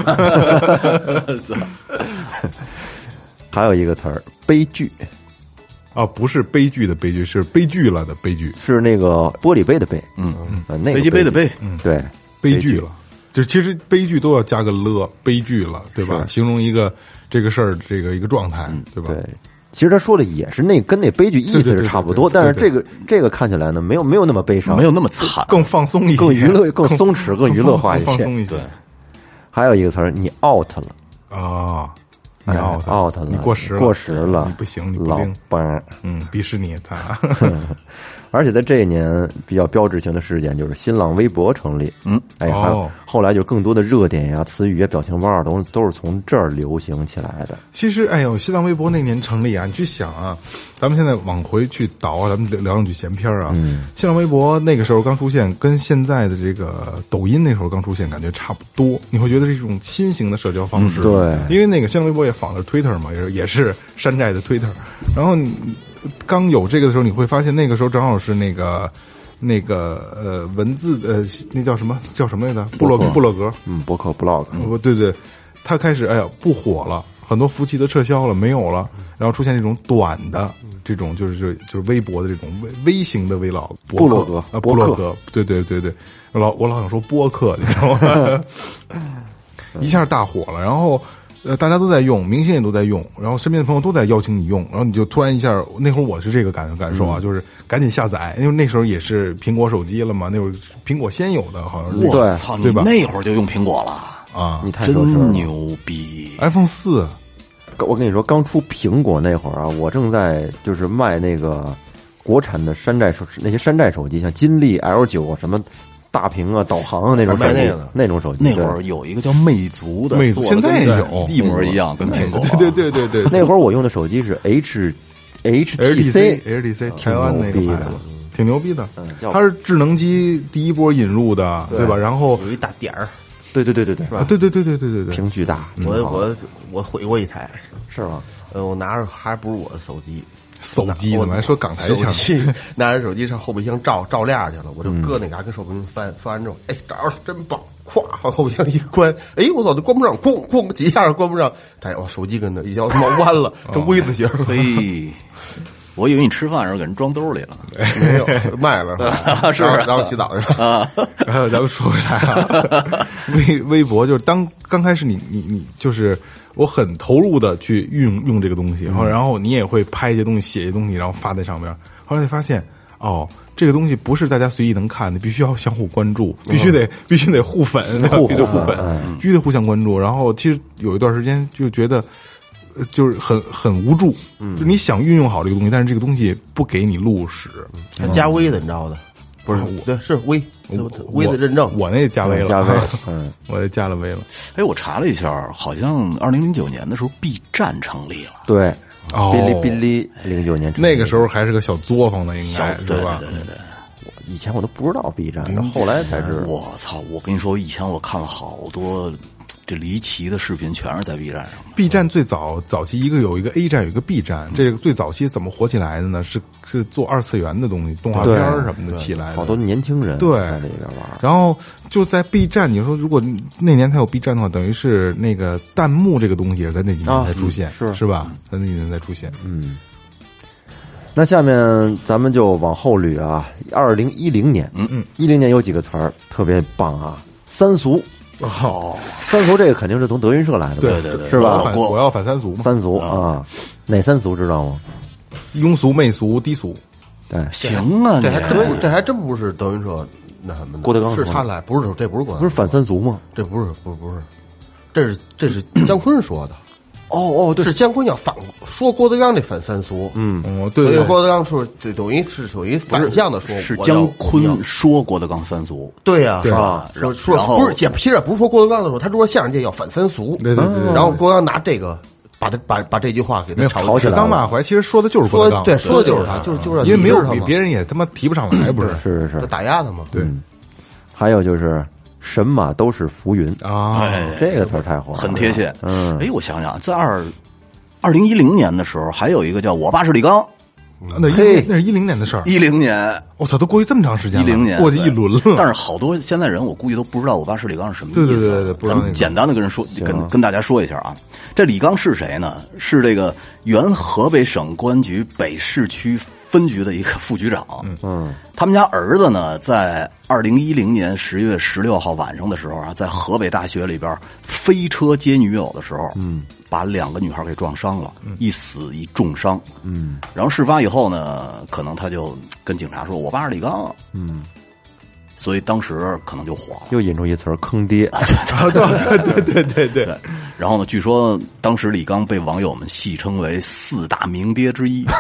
还有一个词儿，悲剧。 啊，不是悲剧的悲剧，是悲剧了的悲剧， 是那个玻璃杯的杯。 嗯嗯，那个飞机杯的杯， 嗯，对， 悲剧了。就是其实悲剧都要加个了，悲剧了，对吧？形容一个这个事儿，这个一个状态，对吧？ 对。其实他说的也是那跟那悲剧意思是差不多，但是这个这个看起来呢，没有没有那么悲伤， 没有那么惨， 更放松一些， 更娱乐、更松弛、更娱乐化一些。 放松一些。 还有一个词儿，你 out 了啊，你 out out 了， 你过时了， 过时了， 你不行，你不老灵， 班， 嗯，鄙视你，他。 而且在这一年比较标志性的事件就是新浪微博成立， 嗯， 哎，还有后来就更多的热点呀、词语啊、表情包啊，都都是从这儿流行起来的。 其实，哎呦，新浪微博那年成立啊，你去想啊，咱们现在往回去倒啊，咱们聊两句闲篇啊。嗯，新浪微博那个时候刚出现，跟现在的这个抖音那时候刚出现，感觉差不多。你会觉得是一种新型的社交方式， 嗯、对， 因为那个新浪微博也仿的 Twitter 嘛，也是也是山寨的 Twitter， 然后你。刚有这个的时候，你会发现那个时候正好是那个那个呃文字呃那叫什么叫什么来着？部落部落格， 嗯，博客 blog， 哦对对，它开始哎呀不火了，很多服务器都撤销了，没有了，然后出现这种短的这种就是就是微博的这种微微型的微老部落格啊部落格，对对对对，老我老想说播客，你知道吗？一下大火了，然后。呃，大家都在用，明星也都在用，然后身边的朋友都在邀请你用，然后你就突然一下，那会儿我是这个感感受啊，嗯、就是赶紧下载，因为那时候也是苹果手机了嘛，那会儿苹果先有的，好像是。 我操， 对吧？ 你那会儿就用苹果了啊？ 你太真牛逼 ！iPhone 四， 我跟你说，刚出苹果那会儿啊，我正在就是卖那个国产的山寨手那些山寨手机，像金立 L 九什么。大屏啊，导航啊那种手机，那种手机。 那会儿有一个叫魅族的， 魅族现在有一模一样，跟苹果。 对对对对对。 那会儿我用的手机是 H H T C H T C 台湾那个牌子，挺牛逼的。 嗯， 它是智能机第一波引入的，对吧？然后有一大点儿。 对对对对对， 啊，对对对对对对对， 屏巨大。 我我我毁过一台， 是吗？ 呃，我拿着还不是我的手机。 手机，我们还说港台腔， 拿着手机上后备箱照照亮去了，我就搁那嘎跟手机翻翻完之后，哎，找着了，真棒！咵，往后备箱一关，哎，我操，都关不上，咣咣几下关不上，但是我手机跟那一脚他妈弯了，成 V 字形。 嘿，我以为你吃饭的时候给人装兜里了， 没有卖了，是不是？然后洗澡去了。 然后咱们说回来啊，微微博就是当刚开始你你你就是。我很投入的去运用这个东西，然后然后你也会拍一些东西，写一些东西，然后发在上面。后来才发现，哦，这个东西不是大家随意能看的，必须要相互关注，必须得、嗯、必须得互粉， 互必须得互粉， 嗯、 必须得互相关注。然后其实有一段时间就觉得，呃，就是很很无助。嗯，就你想运用好这个东西，但是这个东西不给你路使。 还加微的，你知道的。不是我，对，是微微的认证， 我那加微了， 加微，嗯， 我也加了微了。 哎，我查了一下，好像二零零九年的时候，B 站成立了。 对， 哦， 哔哩哔哩零九年那个时候还是个小作坊的，应该对吧？ 对对对。 以前我都不知道 B 站，后来才知道。 我操！我跟你说，以前我看了好多。这离奇的视频全是在 B 站上。 B 站最早早期一个有一个 A 站，有一个 B 站。这个最早期怎么火起来的呢？是是做二次元的东西，动画片什么的起来的。 好多年轻人对在里边玩。 然后就在 B 站，你说如果那年才有 B 站的话，等于是那个弹幕这个东西也是在那几年才出现， 啊嗯、是是吧？在那几年才出现。 嗯。那下面咱们就往后捋啊，二零一零年， 嗯嗯， 一零年有几个词儿特别棒啊，三俗。 哦， 三俗这个肯定是从德云社来的， 对对对， 是吧？ 我我要反三俗嘛， 三俗啊，哪三俗知道吗？ 庸俗、媚俗、低俗。 对， 行啊， 这还真这还真不是德云社那什么的， 郭德纲是他来，不是这不是郭德纲， 不是反三俗吗？ 这不是不是不是，这是这是姜昆说的。 哦哦，对， 是姜昆要反说郭德纲这反三俗， 嗯，哦，对对， 郭德纲说这等于是属于反向的说， 是姜昆说郭德纲三俗， 对呀，是吧？ 说说不是，其实不是说郭德纲的时候，他说相声界要反三俗， 对对对， 然后郭德纲拿这个把他把把这句话给他没有炒指桑骂槐，其实说的就是郭德纲， 说对说的就是他，就是就是让因为没有比你知道嘛别人也他妈提不上来，不是？ 就是是是， 打压他嘛。 对还有就是神马都是浮云， 啊， 哎， 这个词儿太火了， 很贴切。 嗯哎，我想想，在二二零一零年的时候，还有一个叫我爸是李刚， 那嘿一那是一零年的事儿， 一零年。 我操，都过去这么长时间了， 一零年过去一轮了， 但是好多现在人我估计都不知道我爸是李刚是什么意思。 对对对对不知道那个咱们简单的跟人说，跟跟大家说一下啊。这李刚是谁呢？是这个原河北省公安局北市区分局的一个副局长。 嗯， 他们家儿子呢，在二零一零年十月十六号晚上的时候啊，在河北大学里边飞车接女友的时候，嗯，把两个女孩给撞伤了，一死一重伤。嗯，然后事发以后呢，可能他就跟警察说：“我爸是李刚。”嗯，所以当时可能就火了。 又引出一词儿坑爹， 啊，对对对对对对， 然后呢，据说当时李刚被网友们戏称为四大名爹之一。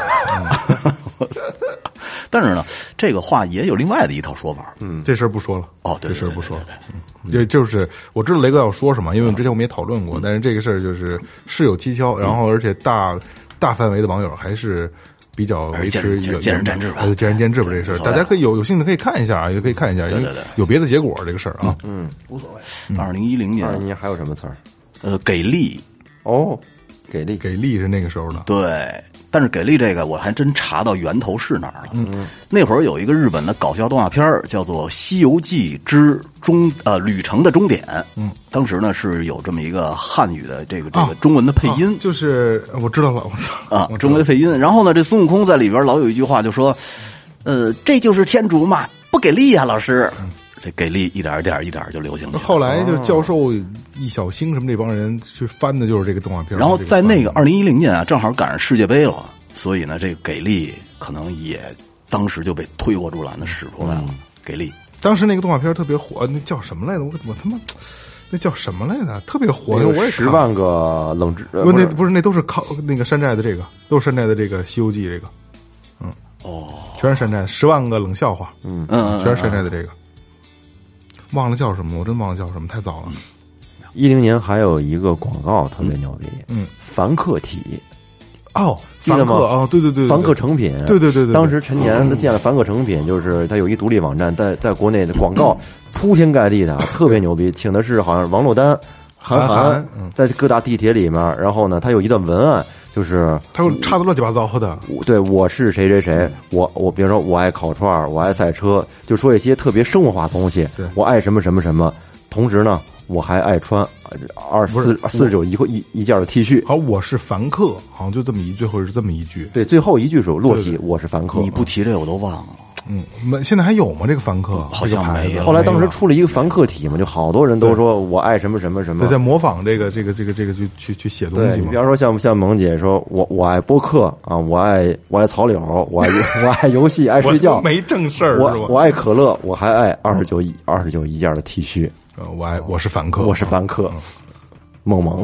但是呢，这个话也有另外的一套说法。 嗯，这事儿不说了。 哦，对， 这事儿不说了。 对。 也就是我知道雷哥要说什么，因为我们之前我们也讨论过，但是这个事儿就是事有蹊跷，然后而且大大范围的网友还是比较维持有见仁见智吧， 呃，见仁见智吧，这个事儿大家可以有有兴趣可以看一下啊，也可以看一下，因为有别的结果这个事儿啊， 嗯，无所谓。 二零一零年， 二零年还有什么词儿？ 呃，给力哦，给力， 给力是那个时候的， 对。但是给力这个我还真查到源头是哪儿了。嗯，那会儿有一个日本的搞笑动画片叫做《西游记之终呃旅程的终点》。嗯，当时呢是有这么一个汉语的这个这个中文的配音， 啊、就是我知道了，我知道啊，中文的配音。然后呢，这孙悟空在里边老有一句话就说：“呃，这就是天竺嘛，不给力啊，老师。嗯”这给力一点一点一点就流行了。 后来就是教授易小星什么这帮人去翻的就是这个动画片。 然后在那个二零一零年啊，正好赶上世界杯了，所以呢，这个给力可能也当时就被推波助澜的使出来了。嗯、给力， 当时那个动画片特别火，那叫什么来着？我我他妈那叫什么来着？特别火，我也十万个冷知不那不是那都是靠那个山寨的这个，都是山寨的这个《西游记》这个，嗯哦， 全是山寨，十万个冷笑话， 嗯嗯， 全是山寨的这个。忘了叫什么，我真忘了叫什么，太早了。 一零年还有一个广告特别牛逼， 嗯， 凡客体， 哦， 记得吗？ 哦，对对对， 凡客成品， 对对对对。 当时陈年他建了凡客成品，就是他有一独立网站，在在国内的广告铺天盖地的，特别牛逼。请的是好像王珞丹、韩寒，在各大地铁里面，然后呢，他有一段文案。就是他会插的乱七八糟的， 对，我是谁谁谁，我我比如说我爱烤串，我爱赛车，就说一些特别生活化的东西。 对， 我爱什么什么什么，同时呢，我还爱穿二四四十九一一一件的 T 恤。 好，我是凡客，好像就这么一，最后是这么一句。 对，最后一句是落体，我是凡客。 你不提这我都忘了。 嗯，现在还有吗？这个凡客好像没有。 后来当时出了一个凡客体嘛，就好多人都说我爱什么什么什么， 在模仿这个这个这个这个去去去写东西嘛。 比方说像像萌姐说，我我爱播客啊，我爱我爱草柳，我爱我爱游戏，爱睡觉， 没正事儿。 我我爱可乐，我还爱二十九一二十九一件的 T 恤。 呃，我爱我是凡客， 我是凡客，萌萌。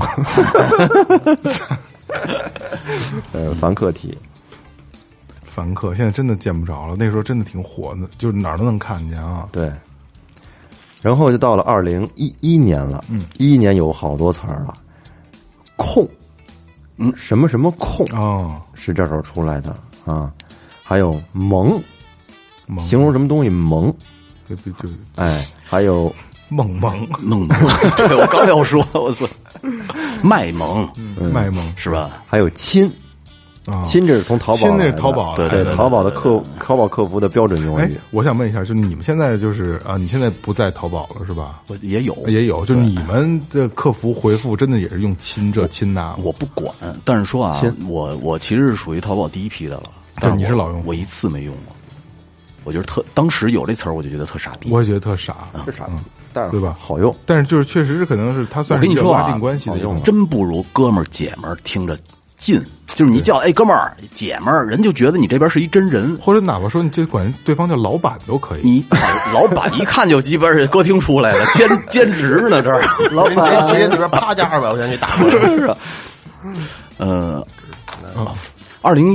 呃，凡客体。 凡客现在真的见不着了，那时候真的挺火的，就是哪儿都能看见啊。 对，然后就到了二零一一年了， 嗯， 一一年有好多词儿了，控，嗯，什么什么控哦， 是这时候出来的啊，还有萌， 萌形容什么东西萌， 就就就哎，还有萌萌萌萌，对我刚要说，我操，卖萌， 嗯、卖萌是吧？ 还有亲。 啊， 亲这是从淘宝， 亲那是淘宝， 对对，淘宝的客淘宝客服的标准用语。 哎，我想问一下，就你们现在就是啊，你现在不在淘宝了是吧？ 我也有， 也有，就你们的客服回复真的也是用亲这亲那？ 我不管，但是说啊，我我其实是属于淘宝第一批的了。 但你是老用户， 我一次没用过。我觉得特，当时有这词儿，我就觉得特傻逼。 我也觉得特傻， 是傻逼，但是对吧？ 好用， 但是就是确实是可能是它算是一个拉近关系的用， 真不如哥们儿姐们儿听着。近就是你叫哎哥们儿姐们儿，人就觉得你这边是一真人， 或者哪怕说你就管对方叫老板都可以。 你老板一看就基本是歌厅出来的，兼兼职呢这儿。 老板人里边啪加二百块钱给打过来。 是啊，呃，二零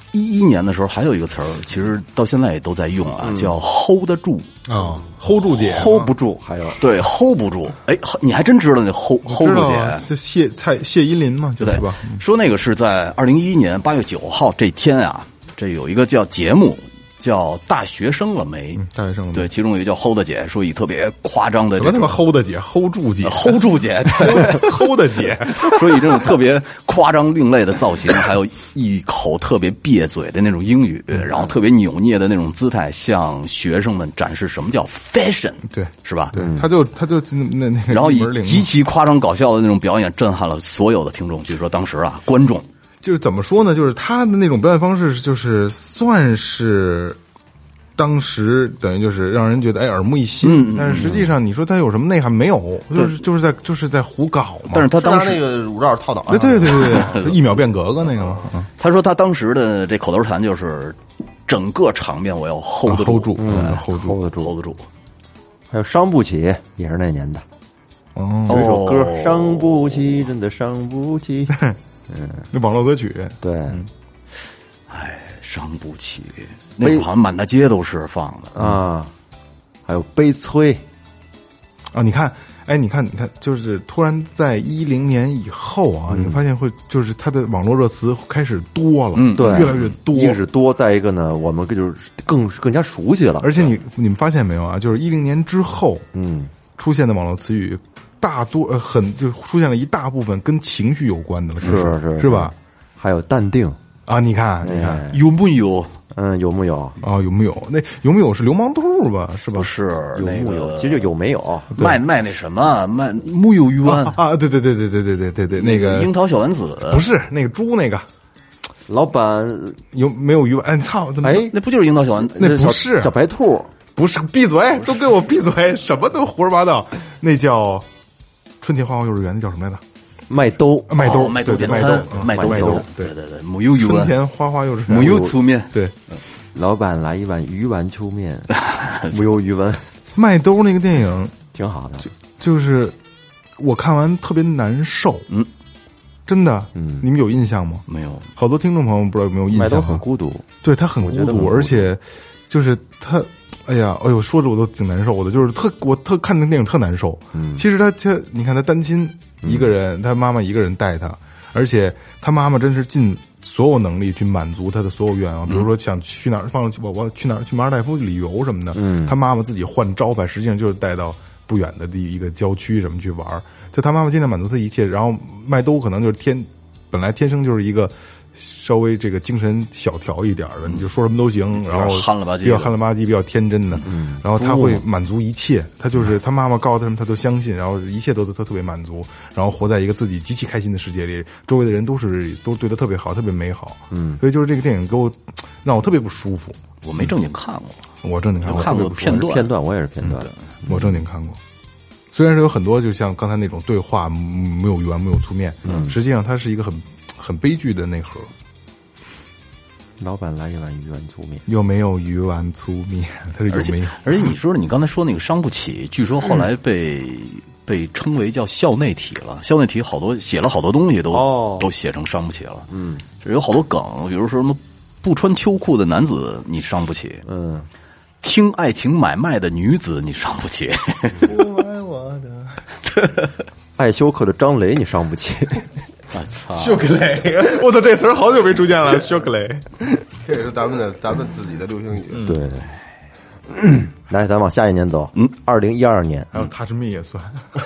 一一年的时候，还有一个词儿，其实到现在也都在用啊，叫 hold 得住啊 ，hold 住姐 hold 不住，还有对 hold 不住。哎，你还真知道那 hold hold 住姐， 这谢蔡谢依霖嘛，就是吧？ 说那个是在二零一一年八月九号这天啊，这有一个叫节目。叫大学生了没？ 嗯、大学生了没？ 对，其中有一个叫 hold 姐，说以特别夸张的什么他妈 hold 姐 hold 住姐 hold 住姐 hold 姐， 说以这种特别夸张另类的造型，还有一口特别别嘴的那种英语，然后特别扭捏的那种姿态，向学生们展示什么叫 fashion， 对， 是吧？ 对，他就他就那那个， 然后以极其夸张搞笑的那种表演，震撼了所有的听众。据说当时啊，观众。 就是怎么说呢？就是他的那种表演方式，就是算是当时等于就是让人觉得哎耳目一新，嗯、但是实际上你说他有什么内涵没有？就是就是在就是在胡搞嘛。 但是他当时那个乳罩套脑， 对对对对对，一秒变格格那个嘛。嗯、 他说他当时的这口头禅就是整个场面我要 hold 得住、 啊、hold 住，嗯 ，hold 住 hold 得住 hold 得住。 还有伤不起，也是那年的。 哦， 有一首歌《伤不起》，真的伤不起。 嗯，那网络歌曲， 对， 哎，伤不起，那会儿好像满大街都是放的啊。还有悲催啊，你看，哎，你看，你看，就是突然在一零年以后啊，嗯、你发现会就是它的网络热词开始多了， 嗯，对， 越来越多。 一个是多，再一个呢，我们就是更更加熟悉了。 而且你你们发现没有啊？就是一零年之后，嗯，出现的网络词语。大多呃很就出现了一大部分跟情绪有关的了， 是是是吧？ 还有淡定啊，你看你看、 哎、有木有？ 嗯，有木有？ 啊，有木有？那有木有是流氓兔吧？是吧？ 不是有木有，其实就有没有卖卖那什么卖木有鱼丸啊, 啊？对对对对对对对对对，那个樱桃小丸子不是那个猪那个。 老板有没有鱼丸？哎，操！ 哎，那不就是樱桃小丸子？ 那不是小白兔， 不是，闭嘴！都给我闭嘴！什么都胡说八道，那叫。春田花花幼儿园那叫什么来着？ 麦兜， 麦兜， 麦兜点餐， 麦兜， 麦兜， 对对对，木有鱼丸。 春田花花幼儿园木有粗面， 对。 老板来一碗鱼丸粗面，木有鱼丸。 麦兜那个电影挺好的， 就就是我看完特别难受， 嗯， 真的， 嗯， 你们有印象吗？ 没有， 好多听众朋友不知道有没有印象？ 麦兜很孤独， 对他很孤独，而且就是他。哎呀，哎呦，说着我都挺难受的，就是特我特看那电影特难受。嗯，其实他他你看他单亲一个人，嗯、他妈妈一个人带他，而且他妈妈真是尽所有能力去满足他的所有愿望，比如说想去哪儿放我我去哪儿去马尔代夫旅游什么的。嗯，他妈妈自己换招牌，实际上就是带到不远的一个郊区什么去玩。就他妈妈尽量满足他一切，然后麦兜可能就是天本来天生就是一个。稍微这个精神小条一点的，你就说什么都行，然后憨了吧唧， 比较憨了吧唧，比较天真的，嗯，然后他会满足一切，他就是他妈妈告诉他什么，他都相信，然后一切都他特别满足，然后活在一个自己极其开心的世界里，周围的人都是都对他特别好，特别美好，嗯，所以就是这个电影给我让我特别不舒服。 我没正经看过， 我正经看过， 看过片段， 片段我也是片段， 我正经看过。虽然是有很多就像刚才那种对话没有圆没有粗面，嗯，实际上它是一个很。很悲剧的内核。 老板来一碗鱼丸粗面， 有没有鱼丸粗面？他是有没有？ 而且你说你刚才说那个伤不起，据说后来被、嗯、被称为叫校内体了。校内体好多写了好多东西都、哦、都写成伤不起了。嗯，有好多梗，比如说什么不穿秋裤的男子你伤不起，嗯，听爱情买卖的女子你伤不起， 不爱我的爱休克的张雷你伤不起。 我操！ 休克雷，我操，这词儿好久没出现了。休克雷， 这也是咱们的咱们自己的流行语。 嗯、对，嗯，来，咱往下一年走。嗯，二零一二年， 还有他是蜜也算。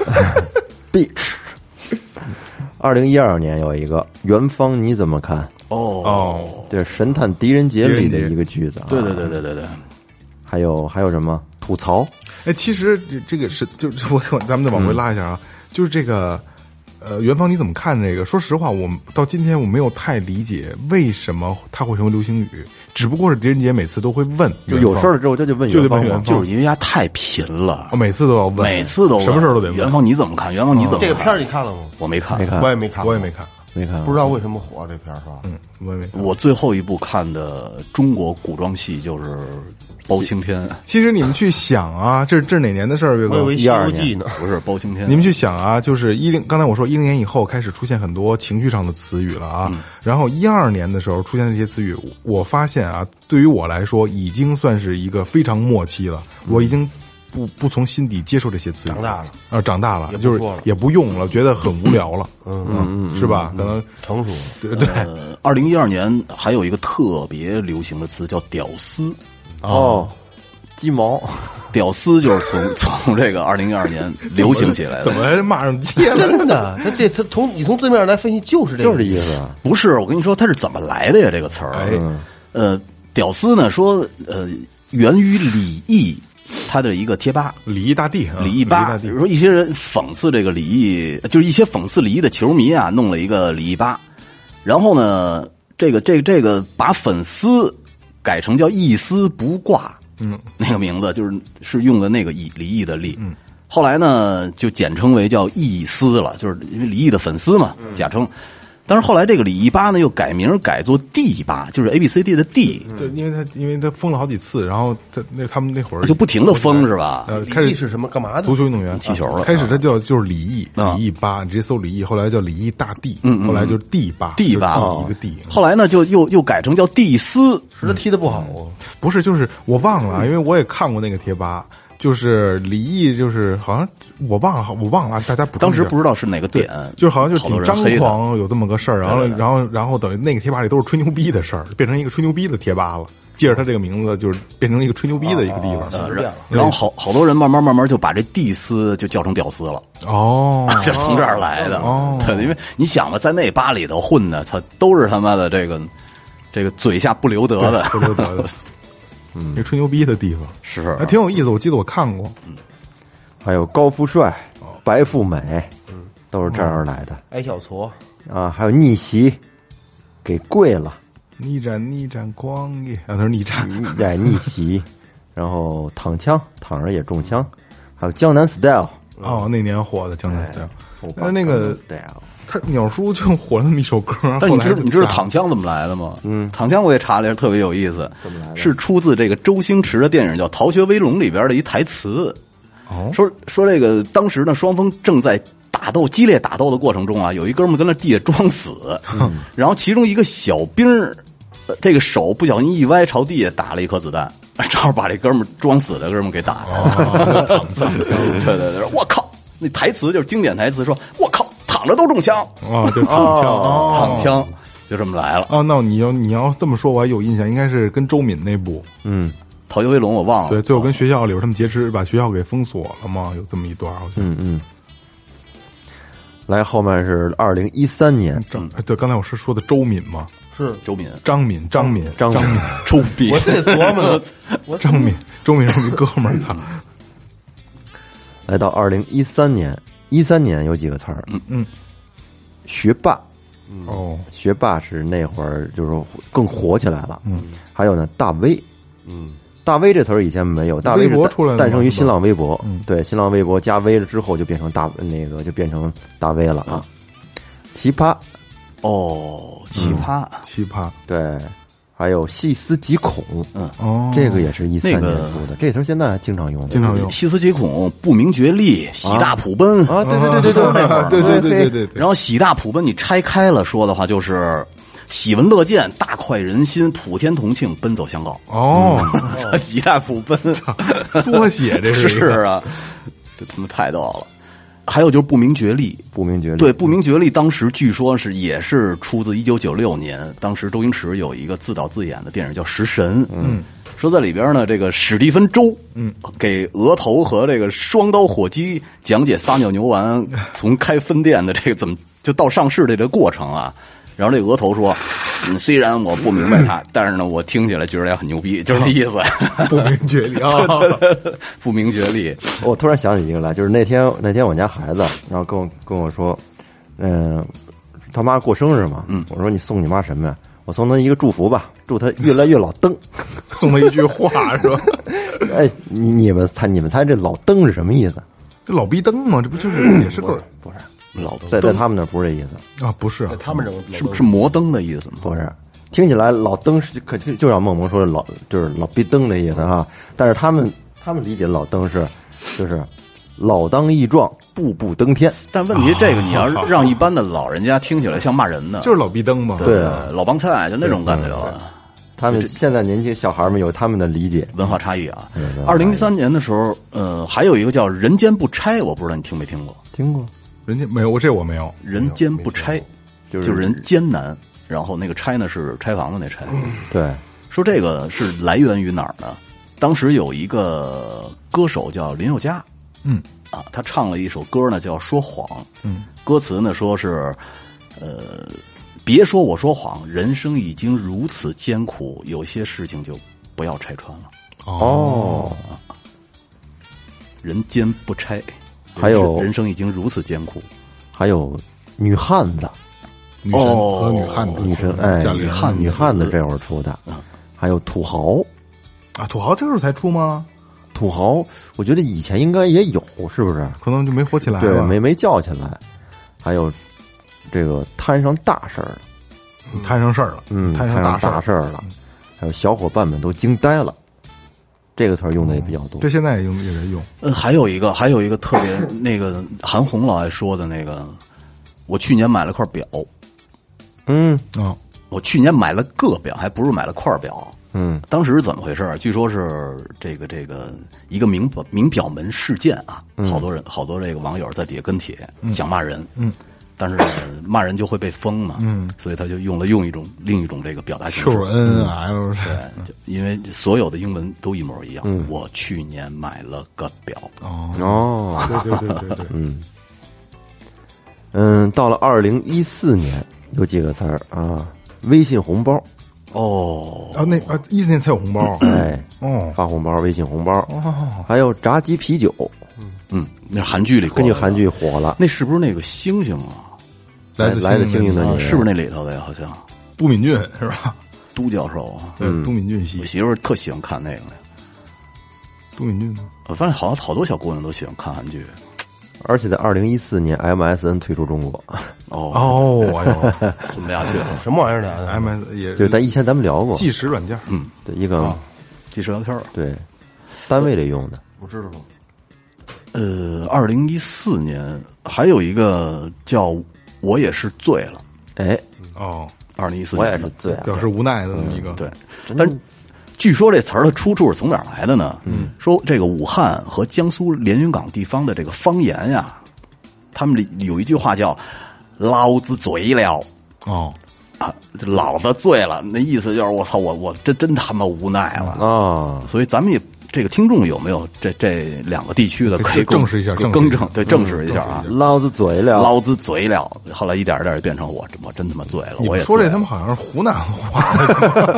Beach。二零一二年有一个元芳，你怎么看？ 哦哦， 这是《神探狄仁杰》里的一个句子、啊。 对对对对对对。 还有还有什么吐槽？ 哎，其实这个是就是我咱们再往回拉一下啊，嗯、就是这个。呃，元芳你怎么看这个？说实话，我到今天我没有太理解为什么它会成为流行语，只不过是狄仁杰每次都会问， 就有事儿之后他就问元芳， 就是因为他太贫了， 哦、每次都要问， 每次都问什么事儿都得问。 元芳你怎么看？元芳你怎么看？ 这个片儿你看了吗？ 我没看， 没看， 我也没看， 我也没看， 没看， 不知道为什么火这片儿是吧？ 嗯，我也没看。 我最后一部看的中国古装戏就是包青天， 其实你们去想啊，这是这是哪年的事儿？岳哥我以为《西游记》呢。 不是包青天。 你们去想啊，就是一零，刚才我说一零年以后开始出现很多情绪上的词语了啊，嗯、然后一二年的时候出现这些词语，我发现啊，对于我来说已经算是一个非常末期了，我已经不不从心底接受这些词语， 长大了， 啊，长大了，就是也不用了，觉得很无聊了， 嗯嗯嗯，是吧？可能成熟。 对对。 二零一二年还有一个特别流行的词叫“屌丝”， 哦，鸡毛。 屌丝就是从从这个二零一二年流行起来的， 怎么还骂上街了？ 真的，他这他从你从字面来分析就是这个， 就是这意思啊。 不是，我跟你说，它是怎么来的呀？这个词儿， 哎、 呃，屌丝呢说，呃，源于李毅他的一个贴吧， 李毅大帝， 李毅吧，比如说一些人讽刺这个李毅，就是一些讽刺李毅的球迷啊，弄了一个李毅吧，然后呢，这个这个这个把粉丝改成叫一丝不挂。嗯，那个名字就是是用的那个李李毅的李，嗯，后来呢就简称为叫义丝了，就是因为李毅的粉丝嘛，假称。但是后来这个李毅吧呢又改名改作 D 吧，就是 A B C D 的 D， 就因为他因为他封了好几次，然后他那他们那会儿就不停的封是吧？ 呃，开始是什么干嘛的？ 足球运动员踢球了。 开始他叫就是李毅，李毅吧，你直接搜李毅，后来叫李毅大帝， 嗯， 后来就是 D 吧 ，D 吧一个 D。 后来呢就又又改成叫蒂斯， 是他踢的不好啊？ 不是，就是我忘了，因为我也看过那个贴吧。就是李毅，就是好像我忘了，我忘了，大家补充一下。 当时不知道是哪个点， 就是好像就挺张狂，有这么个事儿，然后然后然后等于那个贴吧里都是吹牛逼的事儿，变成一个吹牛逼的贴吧了。借着他这个名字，就是变成一个吹牛逼的一个地方。 啊、然后好好多人慢慢慢慢就把这蒂斯就叫成屌丝了。 哦， 就从这儿来的。 哦， 对，因为你想吧，在那吧里头混的，他都是他妈的这个这个嘴下不留德的， 不留德的。嗯，一个吹牛逼的地方是， 还挺有意思。我记得我看过， 嗯，还有高富帅、白富美，嗯，都是这样而来的。 矮小矬啊，还有逆袭，给跪了， 逆战逆战光耶，啊，他是逆战， 对，逆袭，然后躺枪，躺着也中枪，还有江南 style， 哦，那年火的江南 style，但是那个 style。 他鸟叔就火了那么一首歌， 但你知道你知道躺枪怎么来的吗？嗯，躺枪我也查了一下，特别有意思。 怎么来的？ 是出自这个周星驰的电影叫《逃学威龙》里边的一台词。 哦， 说说这个当时呢，双方正在打斗激烈打斗的过程中啊，有一哥们跟那地下装死，嗯、然后其中一个小兵儿，这个手不小心一歪，朝地下打了一颗子弹，正好把这哥们装死的哥们给打了。 哦、 对对对，我靠！那台词就是经典台词，说我靠。躺着都中枪啊！就躺枪， 哦、躺枪就这么来了。 哦，那你要你要这么说，我还有印象，应该是跟周敏那部， 嗯， 《逃学威龙》我忘了。 对，最后跟学校里边他们劫持，把学校给封锁了嘛，有这么一段，好像。 嗯嗯。来，后面是二零一三年， 张对，刚才我是说的周敏嘛， 是周敏、 张敏、张敏、 张敏、 周敏， 我得琢磨呢。 张敏、周敏是我哥们儿，操！ 来到二零一三年。一三年有几个词儿， 嗯嗯， 学霸， 哦， 学霸是那会儿就是更火起来了， 嗯， 还有呢，大 V， 嗯， 大 V 这词儿以前没有，大 V 是诞生于新浪微博， 嗯， 对，新浪微博加 V 了之后就变成大那个就变成大 V 了啊，奇葩， 哦，奇葩， 奇葩， 对。还有细思极恐， 嗯， 哦， 这个也是一三年出的， 那个、 这词现在还经常用， 经常用。 细思极恐，不明觉厉，喜大普奔啊，对对对对对， 那会儿， 对对对对对。 然后喜大普奔，你拆开了说的话，就是喜闻乐见，大快人心，普天同庆，奔走相告。 哦， 嗯、喜大普奔， 缩写这是是啊，这他妈太逗了。还有就是不明觉厉， 不明觉厉， 对，不明觉厉，当时据说是也是出自一九九六年，当时周星驰有一个自导自演的电影叫《食神》，嗯，说在里边呢，这个史蒂芬周，嗯，给额头和这个双刀火鸡讲解撒尿牛丸从开分店的这个怎么就到上市的这个过程啊。然后这额头说：“嗯，虽然我不明白他，但是呢，我听起来觉得也很牛逼，就是这意思。 不明觉厉啊， 不明觉厉。 我突然想起一个来，就是那天那天我家孩子，然后跟我跟我说，嗯、呃，他妈过生日嘛，嗯，我说你送你妈什么呀？我送她一个祝福吧，祝她越来越老登。 送她一句话是吧？ 哎，你你们猜你们猜这老登是什么意思？ 这老逼登嘛，这不就是也是个不是。”老在在他们那不是这意思啊，不是啊， 他们认为是是摩登的意思吗？ 不是， 听起来老登是可就就像梦萌说的老就是老逼登的意思哈，但是他们他们理解老登是就是老当益壮，步步登天。 但问题这个你要让一般的老人家听起来像骂人的， 就是老逼灯嘛。 对啊， 老帮菜就那种感觉了。 他们现在年轻小孩们有他们的理解， 文化差异啊。二零一三年的时候，呃，还有一个叫《人间不拆》，我不知道你听没听过？ 听过？ 人家没有，我这我没有。 人间不拆，就是人艰难，然后那个拆呢是拆房子那拆。 对， 说这个是来源于哪儿呢？当时有一个歌手叫林宥嘉， 嗯啊，他唱了一首歌呢叫《说谎》， 嗯， 歌词呢说是，呃。别说我说谎，人生已经如此艰苦，有些事情就不要拆穿了。 哦， 人间不拆， 还有人生已经如此艰苦， 还有女汉子， 女神和女汉子， 女神哎， 女汉女汉子这会儿出的，还有土豪啊，土豪这时候才出吗？ 土豪，我觉得以前应该也有，是不是？ 可能就没火起来， 对，没没叫起来，还有。这个摊上大事儿了， 摊上事儿了， 嗯， 摊上大大事儿了，还有小伙伴们都惊呆了，这个词儿用的也比较多。 这现在也用也人用。 呃，还有一个，还有一个特别那个韩红老爱说的那个，我去年买了块表， 嗯哦， 我去年买了个表，还不是买了块表， 嗯， 当时是怎么回事？据说是这个这个一个名名表门事件啊， 嗯、 好多人好多这个网友在底下跟帖、嗯、想骂人， 嗯。 但是骂人就会被封嘛，嗯，所以他就用了用一种另一种这个表达形式 ，Q N L， 对，因为所有的英文都一模一样。嗯、我去年买了个表， 哦哦， 对对对对对， 嗯嗯，到了二零一四年有几个词儿啊，微信红包， 哦啊那啊一四年才有红包， 哎哦发红包微信红包， 哦， 还有炸鸡啤酒。 嗯，那韩剧里根据韩剧火了， 那是不是那个星星啊？ 来自来自星星的你， 是不是那里头的呀？好像都敏俊是吧？ 都教授啊， 对，都敏俊系。 我媳妇儿特喜欢看那个。 都敏俊吗？ 我发现好像好多小姑娘都喜欢看韩剧， 而且在二零一四年 M S N 退出中国。 哦哦，哎呦， 混不下去了， 什么玩意儿的 ？M S 也就是咱以前咱们聊过计时软件， 嗯，对，一个计时聊天， 对，单位里用的， 我知道。 呃，二零一四年还有一个叫“我也是醉了”， 哎， 哦， 二零一四年我也是醉了， 表示无奈的这么一个， 对。但是据说这词儿的出处是从哪儿来的呢？ 嗯， 说这个武汉和江苏连云港地方的这个方言呀，他们里有一句话叫“老子醉了”， 哦啊，老子醉了，那意思就是我操，我我真真他妈无奈了啊！ 所以咱们也。这个听众有没有这这两个地区的可以证实一下， 更正对证实一下啊！ 老子醉了， 老子醉了，后来一点一点变成我我真他妈醉了。我也说这他妈好像是湖南话，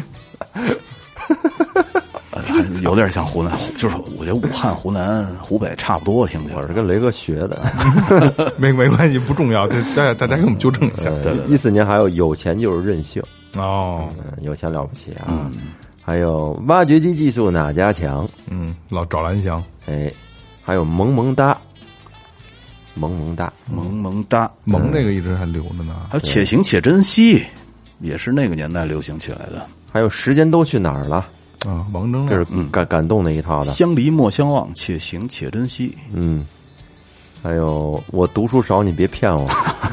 有点像湖南，就是我觉得武汉、湖南、湖北差不多，听起来我是跟雷哥学的， 没没关系，不重要，大家大家给我们纠正一下。 对对， 一四年还有有钱就是任性哦， 有钱了不起啊！还有挖掘机技术哪家强？ 嗯，老找蓝翔。 哎，还有萌萌哒，萌萌哒， 萌萌哒， 萌这个一直还留着呢。 还有且行且珍惜，也是那个年代流行起来的。 还有时间都去哪儿了？ 啊，王铮亮， 这是感感动那一套的。 相离莫相忘，且行且珍惜。 嗯，还有我读书少，你别骗我。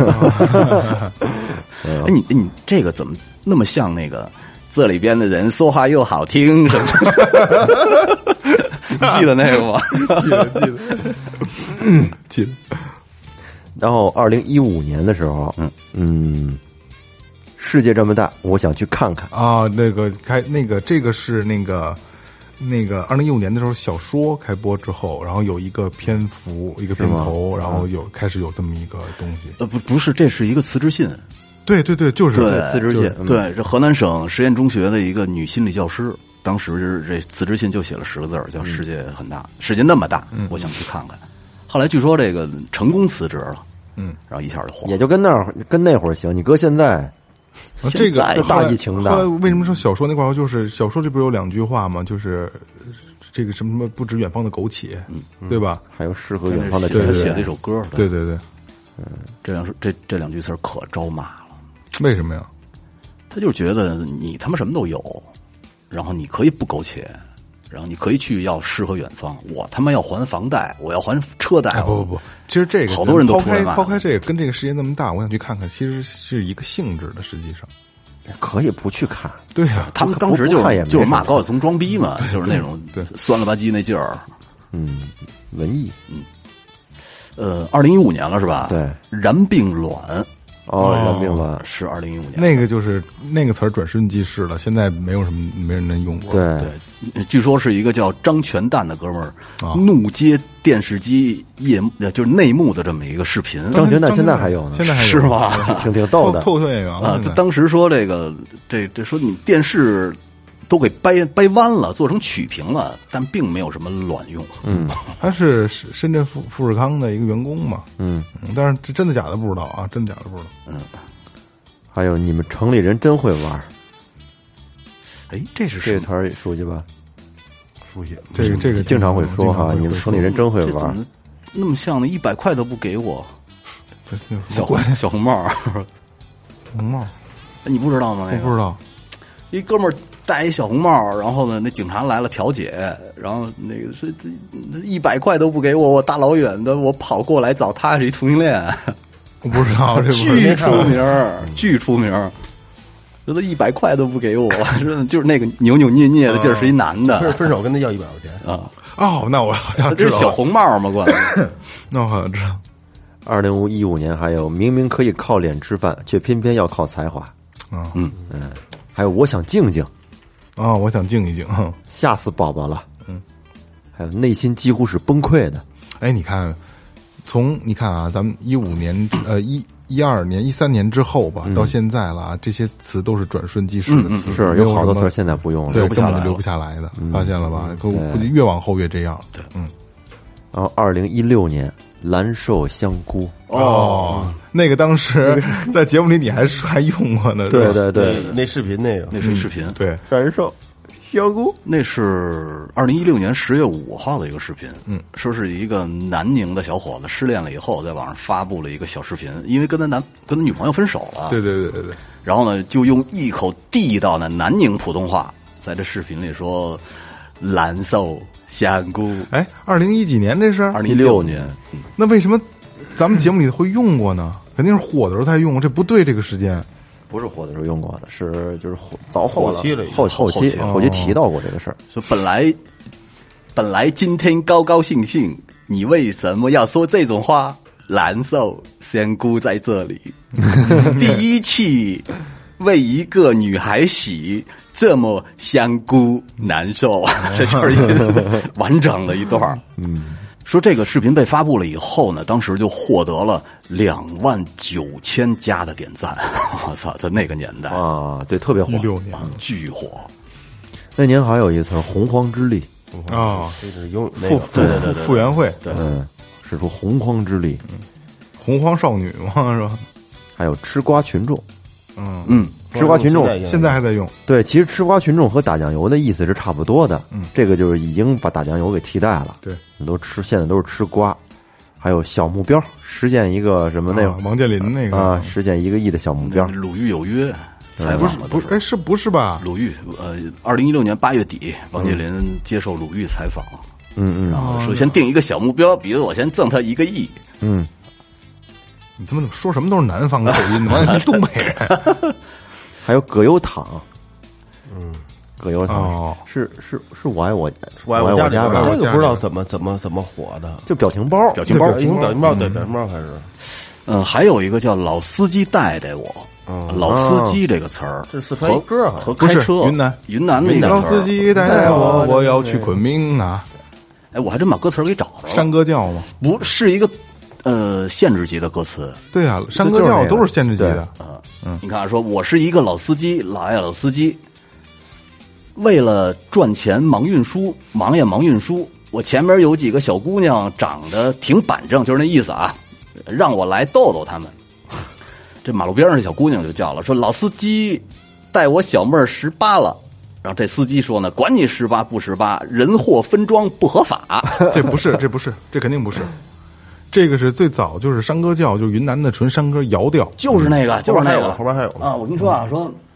哎，你你这个怎么那么像那个？这里边的人说话又好听什么的，记得那个吗？ 记得记得，嗯，记得。 然后二零一五年的时候，嗯嗯，世界这么大，我想去看看啊。那个开那个这个是那个那个二零一五年的时候，小说开播之后，然后有一个篇幅，一个片头，然后有开始有这么一个东西。 呃，不不是，这是一个辞职信。 对对对，就是辞职信。 对，这河南省实验中学的一个女心理教师，当时这辞职信就写了十个字儿，叫“世界很大，世界那么大，我想去看看”。后来据说这个成功辞职了，嗯，然后一下就火了。 也就跟那儿跟那会儿行，你搁现在， 这个这大疫情大。 为什么说小说那块儿就是小说里不是有两句话吗？就是这个什么什么不止远方的苟且，嗯，对吧？ 还有诗和远方的他写的一首歌， 对对对， 嗯，这两这这两句词儿可招骂了。 为什么呀？ 他就是觉得你他妈什么都有，然后你可以不苟且，然后你可以去要诗和远方，我他妈要还房贷，我要还车贷。 哎，不不不，其实这个好多人都抛开出来骂抛开这个，跟这个世界那么大，我想去看看，其实是一个性质的，实际上。 可以不去看。 对呀、啊， 他们当时就不看也没是就是骂什么高晓松装逼嘛，就是那种对酸了吧唧那劲儿。 嗯，文艺呃，二零一五年了是吧？ 对， 然并卵哦，然并卵， 是二零一五年。 那个就是那个词儿转瞬即逝了，现在没有什么没人能用过。 对对，据说是一个叫张全蛋的哥们儿啊怒接电视机夜呃就是内幕的这么一个视频。 张全蛋现在还有呢， 现在还有是吗？ 挺挺逗的。 透透这个啊，他当时说这个这这说你电视都给掰掰弯了，做成曲屏了，但并没有什么卵用。 嗯他是深深圳富富士康的一个员工嘛， 嗯， 嗯但是这真的假的不知道啊，真的假的不知道。 嗯， 还有你们城里人真会玩， 哎，这是这个什么？ 词儿熟悉吧？ 熟悉这个这个经常会说哈，你们城里人真会玩。 这怎么那么像呢？一百块都不给我，小怪红小红帽儿， 红帽， 你不知道吗？那个我不知道。 一哥们儿戴一小红帽儿，然后呢，那警察来了调解，然后那个说这一百块都不给我，我大老远的我跑过来找他是一同性恋， 我不知道，这不巨是出名儿，巨出名儿。说他一百块都不给我，说就是那个扭扭捏捏的劲儿是一男分的分手跟他要一百块钱， 啊， 哦，那我好像这是小知道了， 红帽儿嘛，管那我好像知道二零一五年还有明明可以靠脸吃饭，却偏偏要靠才华。 啊嗯还有我想静静， 啊，我想静一静。哼吓死宝宝了。嗯，还有内心几乎是崩溃的。 哎，你看，从你看啊，咱们一五年呃一一二年一三年之后吧，到现在了啊，这些词都是转瞬即逝的词， 是没什么有好多词儿现在不用了。 对留不下来了根本就留不下来的，发现了吧？估对估计越往后越这样。对，嗯， 然后二零一六年蓝瘦香菇。 哦，那个当时在节目里你还还用过呢，是吧对对对， 那视频那个那是一视频， 对， 蓝瘦香菇。 那是二零一六年十月五号的一个视频， 嗯， 说是一个南宁的小伙子失恋了以后，在网上发布了一个小视频，因为跟他男跟他女朋友分手了， 对对对对对， 然后呢，就用一口地道的南宁普通话，在这视频里说蓝瘦香菇。 哎，二零一几年这是？ 二零一六年， 那为什么咱们节目里会用过呢？肯定是火的时候才用，这不对这个时间。 不是火的时候用过的，是就是火早火了后期了已经后后期后期后期提到过这个事儿。 说本来本来今天高高兴兴，你为什么要说这种话？蓝瘦香菇在这里，第一期为一个女孩洗，这么香菇难受，这就是一个完整的一段儿。嗯，说这个视频被发布了以后呢，当时就获得了两万九千加的点赞。我操，在那个年代啊，对，特别火一。六年巨火。 那年还有一词儿洪荒之力， 啊， 这是用那个复复复复原会， 嗯，使出洪荒之力。 洪荒少女嘛，是吧？ 还有吃瓜群众， 嗯， 嗯， 吃瓜群众， 现在还在用。 对，其实吃瓜群众和打酱油的意思是差不多的。嗯，这个就是已经把打酱油给替代了。 对， 你都吃，现在都是吃瓜。还有小目标，实现一个什么那个啊王健林那个啊，实现一个亿的小目标。 鲁豫有约采不访了， 是不是哎是不是吧？ 鲁豫，呃，二零一六年八月底，王健林接受鲁豫采访， 嗯然后说先定一个小目标，比如我先赠他一个亿。 嗯你他妈怎么说什么都是南方的口音，王健林东北人。 嗯，还有葛优躺，嗯，葛优躺哦是是是我爱我我爱爱我家吧我家里边，这个不知道怎么怎么怎么火的， 就表情包， 表情包对从表情包对表情包开始， 嗯，还有一个叫老司机带带我，老司机这个词儿， 这是四川一歌好像和不是开车， 云南云南那个老词儿司机带带我，我要去昆明啊！ 哎，我还真把歌词儿给找着了， 山歌教嘛， 不是一个呃限制级的歌词。 对啊，山歌教都是限制级的。 嗯，你看啊，说我是一个老司机，老爱老司机，为了赚钱忙运输，忙也忙运输。我前面有几个小姑娘长得挺板正，就是那意思啊，让我来逗逗她们。这马路边上的小姑娘就叫了，说老司机带我小妹儿十八了。然后这司机说呢，管你十八不十八，人货分装不合法。 这不是，这不是，这肯定不是。这个是最早就是山歌教，就是云南的纯山歌谣调。 就是那个，就是那个， 后边还有呢啊！我跟你说啊，说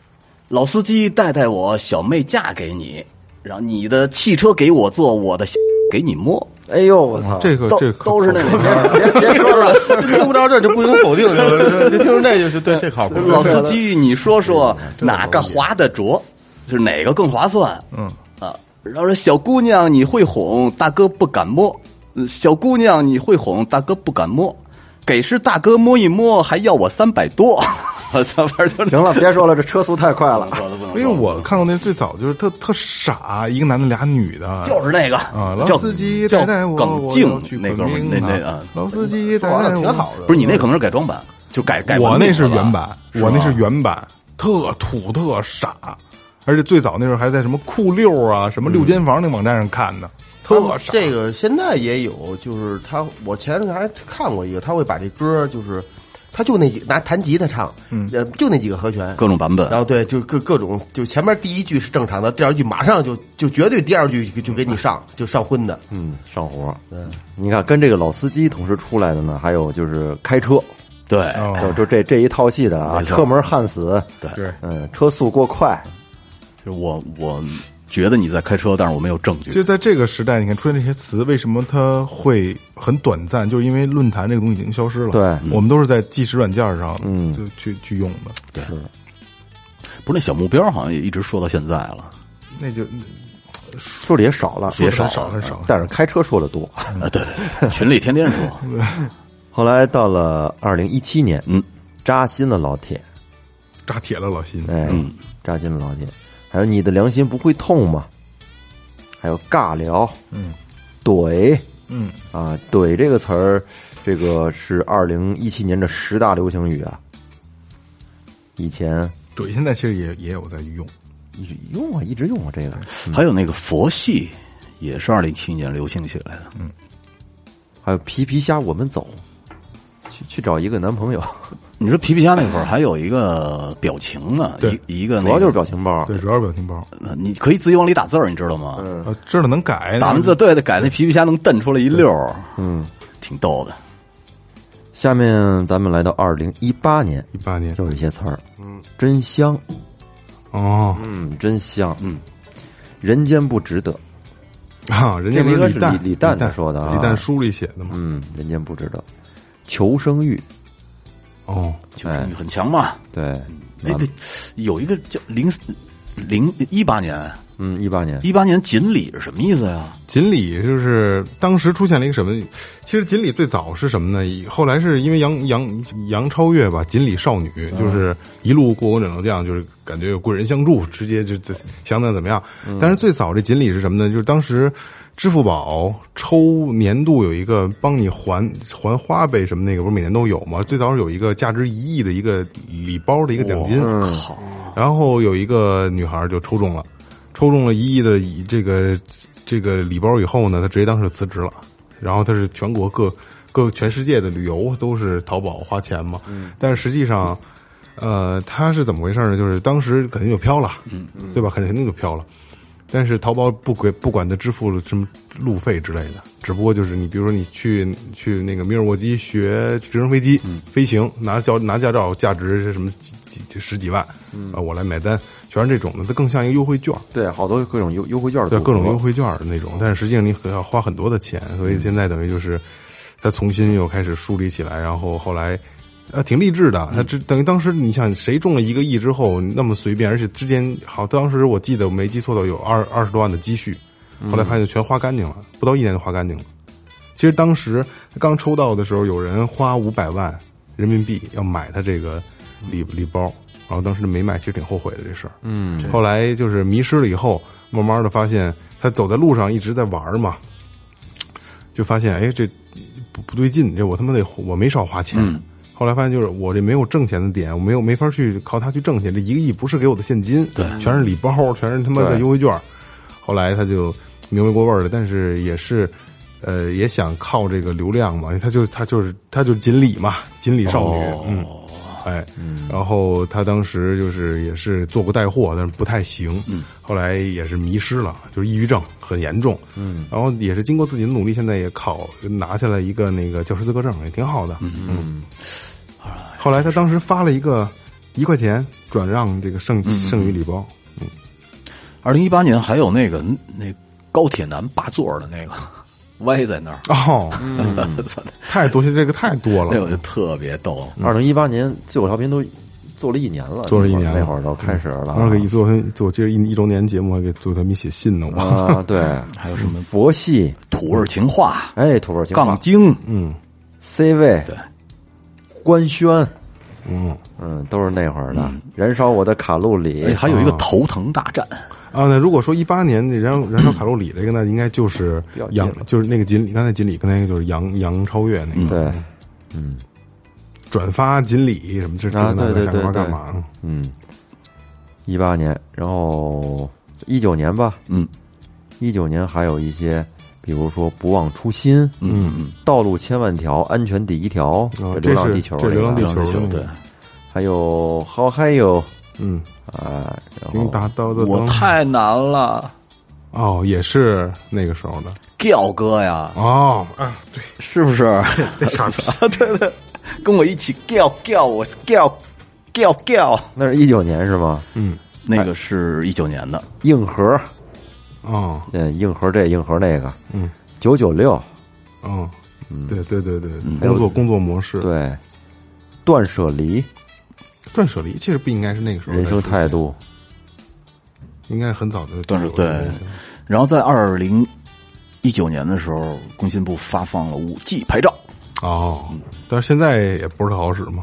老司机带带我，小妹嫁给你，让你的汽车给我坐，我的给你摸。 哎呦我操， 这个都这个都是那种别别说了，听不着这就不能否定，就听着这就是对这靠谱。 老司机，你说说哪个划得着，就是哪个更划算？ 嗯啊，然后说小姑娘你会哄，大哥不敢摸。小姑娘你会哄，大哥不敢摸。给是大哥摸一摸，还要我三百多。我操，反正行了，别说了，这车速太快了。 因为我看过那最早就是特特傻，一个男的俩女的， 就是那个啊，老叫司机叫带带我， 耿静我要去那哥们儿昆明那那啊， 老司机带完了带我挺好的。 不是你那可能是改装版，就改改我那文明了吧是原版， 是吧我那是原版，特土特傻，而且最早那时候还在什么酷六啊、什么六间房那网站上看的，特傻。 这个现在也有，就是他，我前阵还看过一个，他会把这歌就是他就那几拿弹吉他唱，嗯，就那几个和弦， 各种版本。 然后对，就各各种，就前面第一句是正常的，第二句马上就就绝对第二句就给你上，就上荤的。 嗯，上活。嗯，你看跟这个老司机同时出来的呢，还有就是开车， 对， 哦就就这这一套戏的啊， 没错车门焊死， 对对， 嗯，车速过快， 就我我觉得你在开车，但是我没有证据。 就在这个时代，你看出现这些词，为什么它会很短暂？就是因为论坛这个东西已经消失了。 对我们都是在计时软件上， 嗯就去去用的。 对，不是那小目标好像也一直说到现在了。 那就说的也少了， 说的很也少少很少。 但是开车说的多。 啊，对对，群里天天说。 后来到了二零一七年， 嗯， 扎心了老铁， 扎铁了老心。 哎， 嗯扎心了老铁，还有你的良心不会痛吗？还有尬聊， 嗯， 怼嗯， 啊，怼这个词儿，这个是二零一七年的十大流行语啊。以前对，现在其实也也有在用。 一直用啊，一直用啊，这个还有那个佛系，也是二零一七年流行起来的。嗯， 还有皮皮虾，我们走，去去找一个男朋友， 你说皮皮虾那会儿还有一个表情呢， 对一一个那个主要就是表情包。 对，主要是表情包。 呃你可以自己往里打字儿，你知道吗？ 嗯啊，知道能改。 打完字对的，改那皮皮虾能瞪出来一溜儿， 嗯， 挺逗的。 下面咱们来到二零一八年， 一八年。 又有一些词儿，嗯，真香， 哦嗯，真香，嗯，人间不值得， 啊，人家这个应该是李诞李李诞他说的啊李诞书里写的嘛。 嗯，人间不值得，求生欲， 哦， 求生欲很强嘛。 对， 哎，对，有一个叫零零一八年， 嗯，一八年， 一八年锦鲤是什么意思呀？ 锦鲤就是当时出现了一个什么？其实锦鲤最早是什么呢？以后来是因为杨杨杨超越吧，锦鲤少女就是一路过关斩将将，就是感觉有贵人相助，直接就就相当怎么样。但是最早这锦鲤是什么呢？就是当时支付宝抽年度有一个帮你还还花呗什么那个，不是每年都有吗？最早是有一个价值一亿的一个礼包的一个奖金， 靠， 然后有一个女孩就抽中了，抽中了一亿的以这个这个礼包以后呢，她直接当时就辞职了。然后她是全国各各全世界的旅游都是淘宝花钱嘛，嗯、但是实际上，呃，她是怎么回事呢？就是当时肯定就飘了，嗯，对吧？肯定肯定就飘了。但是淘宝不给不管他支付了什么路费之类的，只不过就是你比如说你去去那个米尔沃基学直升飞机、嗯、飞行，拿教拿驾照，价值是什么几几十几万，嗯、啊，我来买单，全是这种的，它更像一个优惠券。 对，好多各种优优惠券， 对，各种优惠券的那种，但是实际上你要花很多的钱，所以现在等于就是他重新又开始梳理起来，然后后来。呃，挺励志的。他只等于当时你想，谁中了一个亿之后那么随便，而且之间好，当时我记得我没记错的有二二十多万的积蓄，后来发现全花干净了，不到一年就花干净了。其实当时刚抽到的时候，有人花五百万人民币要买他这个礼礼包，然后当时没买，其实挺后悔的这事儿。嗯，后来就是迷失了以后，慢慢的发现他走在路上一直在玩嘛，就发现哎这不不对劲，这我他妈得我没少花钱。嗯，后来发现就是我这没有挣钱的点，我没有没法去靠它去挣钱。这一个亿不是给我的现金，对，全是礼包，全是他妈的优惠券。后来他就明白过味儿了，但是也是，呃，也想靠这个流量嘛。他就他就是他就是锦鲤嘛，锦鲤少女，哦、嗯，哎，嗯、然后他当时就是也是做过带货，但是不太行。嗯，后来也是迷失了，就是抑郁症很严重。嗯，然后也是经过自己的努力，现在也考拿下来一个那个教师资格证，也挺好的。嗯嗯。后来他当时发了一个一块钱转让这个剩剩余礼包。 二零一八年还有那个那高铁男霸座的那个歪在那儿哦， 嗯、 太多，这个太多了， 那我就特别逗。 二零一八年最后调频都做了一年了， 做了一年了， 那会儿都开始了。 然后给做做接着一一周年节目，还给做他们写信呢。我啊，对， 还有什么佛系、 土味情话， 哎，土味情话、 杠精， 嗯 C 位、 对， 官宣， 嗯嗯，都是那会儿的。燃烧我的卡路里， 哎，还有一个头疼大战。 啊，那如果说一八年这燃燃烧卡路里这个呢，应该就是杨，就是那个锦鲤，刚才锦鲤，刚才那个就是杨杨超越那个， 对，嗯， 转发锦鲤什么这这个那个干嘛干嘛， 嗯，一八年，然后一九年吧， 嗯， 一九年还有一些，比如说不忘初心， 嗯嗯， 道路千万条，安全第一条， 哦、 流浪地球， 这流浪地球， 对， 还有好还有。 嗯啊，然后打刀的我太难了。 哦，也是那个时候的调哥呀。 哦啊，对， 是不是？ 这傻逼， 对对，跟我一起调调，我是调调调。 那是一九年是吗？ 嗯，那个是一九年的硬核。 哦， 嗯，硬核这硬核那个， 嗯， 九九六。 哦，嗯，对对对对， 嗯、 工作工作模式， 对，断舍离。 断舍离其实不应该是那个时候， 人生态度应该是很早的断舍对。然后在二零一九年的时候，工信部发放了五 G 牌照。 哦，但是现在也不是特好使嘛。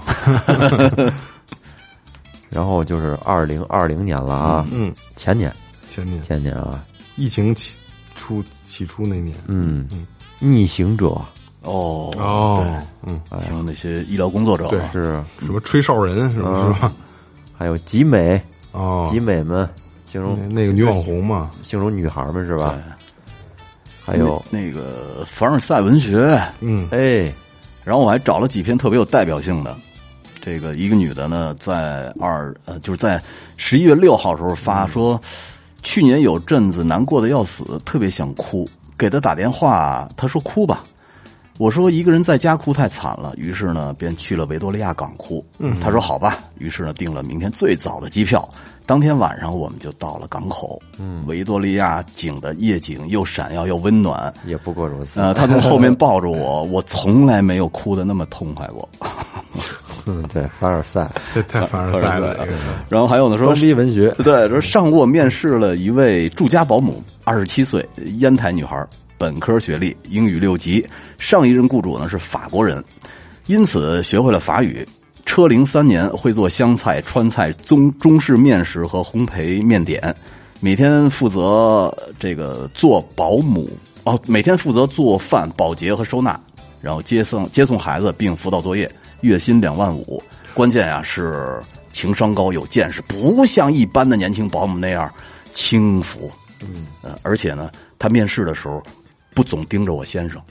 然后就是二零二零年了啊， 嗯， 前年， 前年， 前年啊， 疫情起初起初那年， 嗯嗯，逆行者。 哦哦，嗯， 像那些医疗工作者， 对， 是什么吹哨人是吧？是吧？ 还有集美哦， 集美们，形容那个女网红嘛， 形容女孩们是吧？还有那个凡尔赛文学， 嗯， 哎， 然后我还找了几篇特别有代表性的。这个一个女的呢，在二呃，就是在十一月六号的时候发说，去年有阵子难过的要死，特别想哭，给她打电话，她说哭吧。我说一个人在家哭太惨了，于是呢便去了维多利亚港哭。嗯，他说好吧，于是呢订了明天最早的机票。当天晚上我们就到了港口。嗯，维多利亚景的夜景又闪耀又温暖， 也不过如此。 呃，他从后面抱着我，我从来没有哭得那么痛快过。 嗯，对，凡尔赛， 这太凡尔赛了。 然后还有呢说， 装逼文学， 对，说上过面试了一位住家保姆，二十七岁，烟台女孩。本科学历，英语六级，上一任雇主呢是法国人，因此学会了法语。车龄三年，会做湘菜、川菜、中中式面食和烘焙面点，每天负责这个做保姆哦，每天负责做饭、保洁和收纳，然后接送接送孩子并辅导作业，月薪两万五。关键呀、啊、是情商高、有见识，不像一般的年轻保姆那样轻浮。嗯，呃，而且呢，他面试的时候。不总盯着我先生，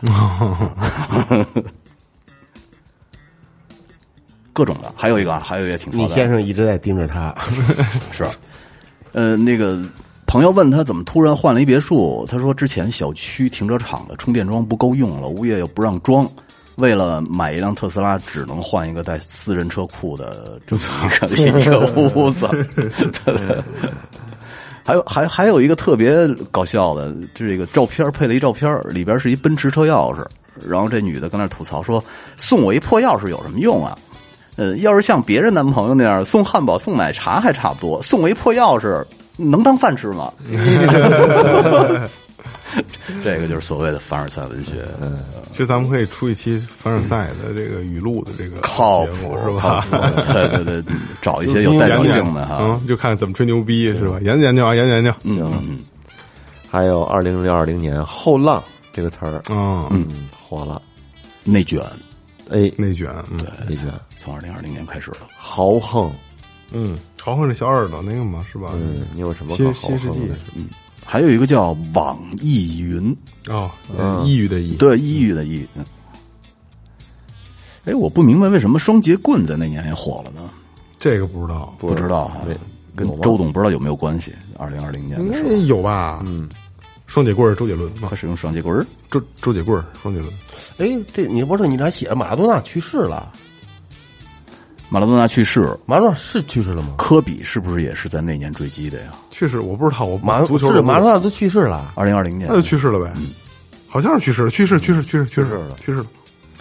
各种的，还有一个啊，还有一个挺操蛋。 你先生一直在盯着他， 是，呃，那个朋友问他怎么突然换了一别墅，他说之前小区停车场的充电桩不够用了，物业又不让装，为了买一辆特斯拉，只能换一个带私人车库的这么一个一个屋子。还有还还有一个特别搞笑的，这个照片配了一照片，里边是一奔驰车钥匙，然后这女的跟那吐槽说：“送我一破钥匙有什么用啊？呃，要是像别人男朋友那样送汉堡、送奶茶还差不多，送我一破钥匙能当饭吃吗？”这个就是所谓的凡尔赛文学。嗯， 其实咱们可以出一期凡尔赛的这个语录的这个靠谱是吧？对对对，找一些有代表性的哈， 嗯，就看怎么吹牛逼是吧？研究研究啊，研究研究。 行，还有二零零二零年后浪这个词儿， 嗯嗯，火了， 内卷， 哎， 内卷， 对， 内卷， 从二零二零年开始了， 豪横， 嗯，豪横是小耳朵那个嘛，是吧？ 嗯，你有什么新豪新世纪横的？ 嗯。还有一个叫网易云哦，抑郁的抑， 对，抑郁的抑。嗯，哎，我不明白为什么双节棍在那年也火了呢？ 这个不知道， 不知道啊，跟周董不知道有没有关系？二零二零年应该的时候有吧？嗯，双节棍儿周杰伦嘛， 他使用双节棍儿， 周周节棍儿双节伦。 哎，这你不是你这还写着马拉多纳去世了？ 马拉多纳去世， 马拉多纳是去世了吗？ 科比是不是也是在那年坠机的呀？ 去世我不知道，我马足球是马拉多纳都去世了， 二零二零年那就去世了呗，好像是去世了，去世去世去世去世了，去世了，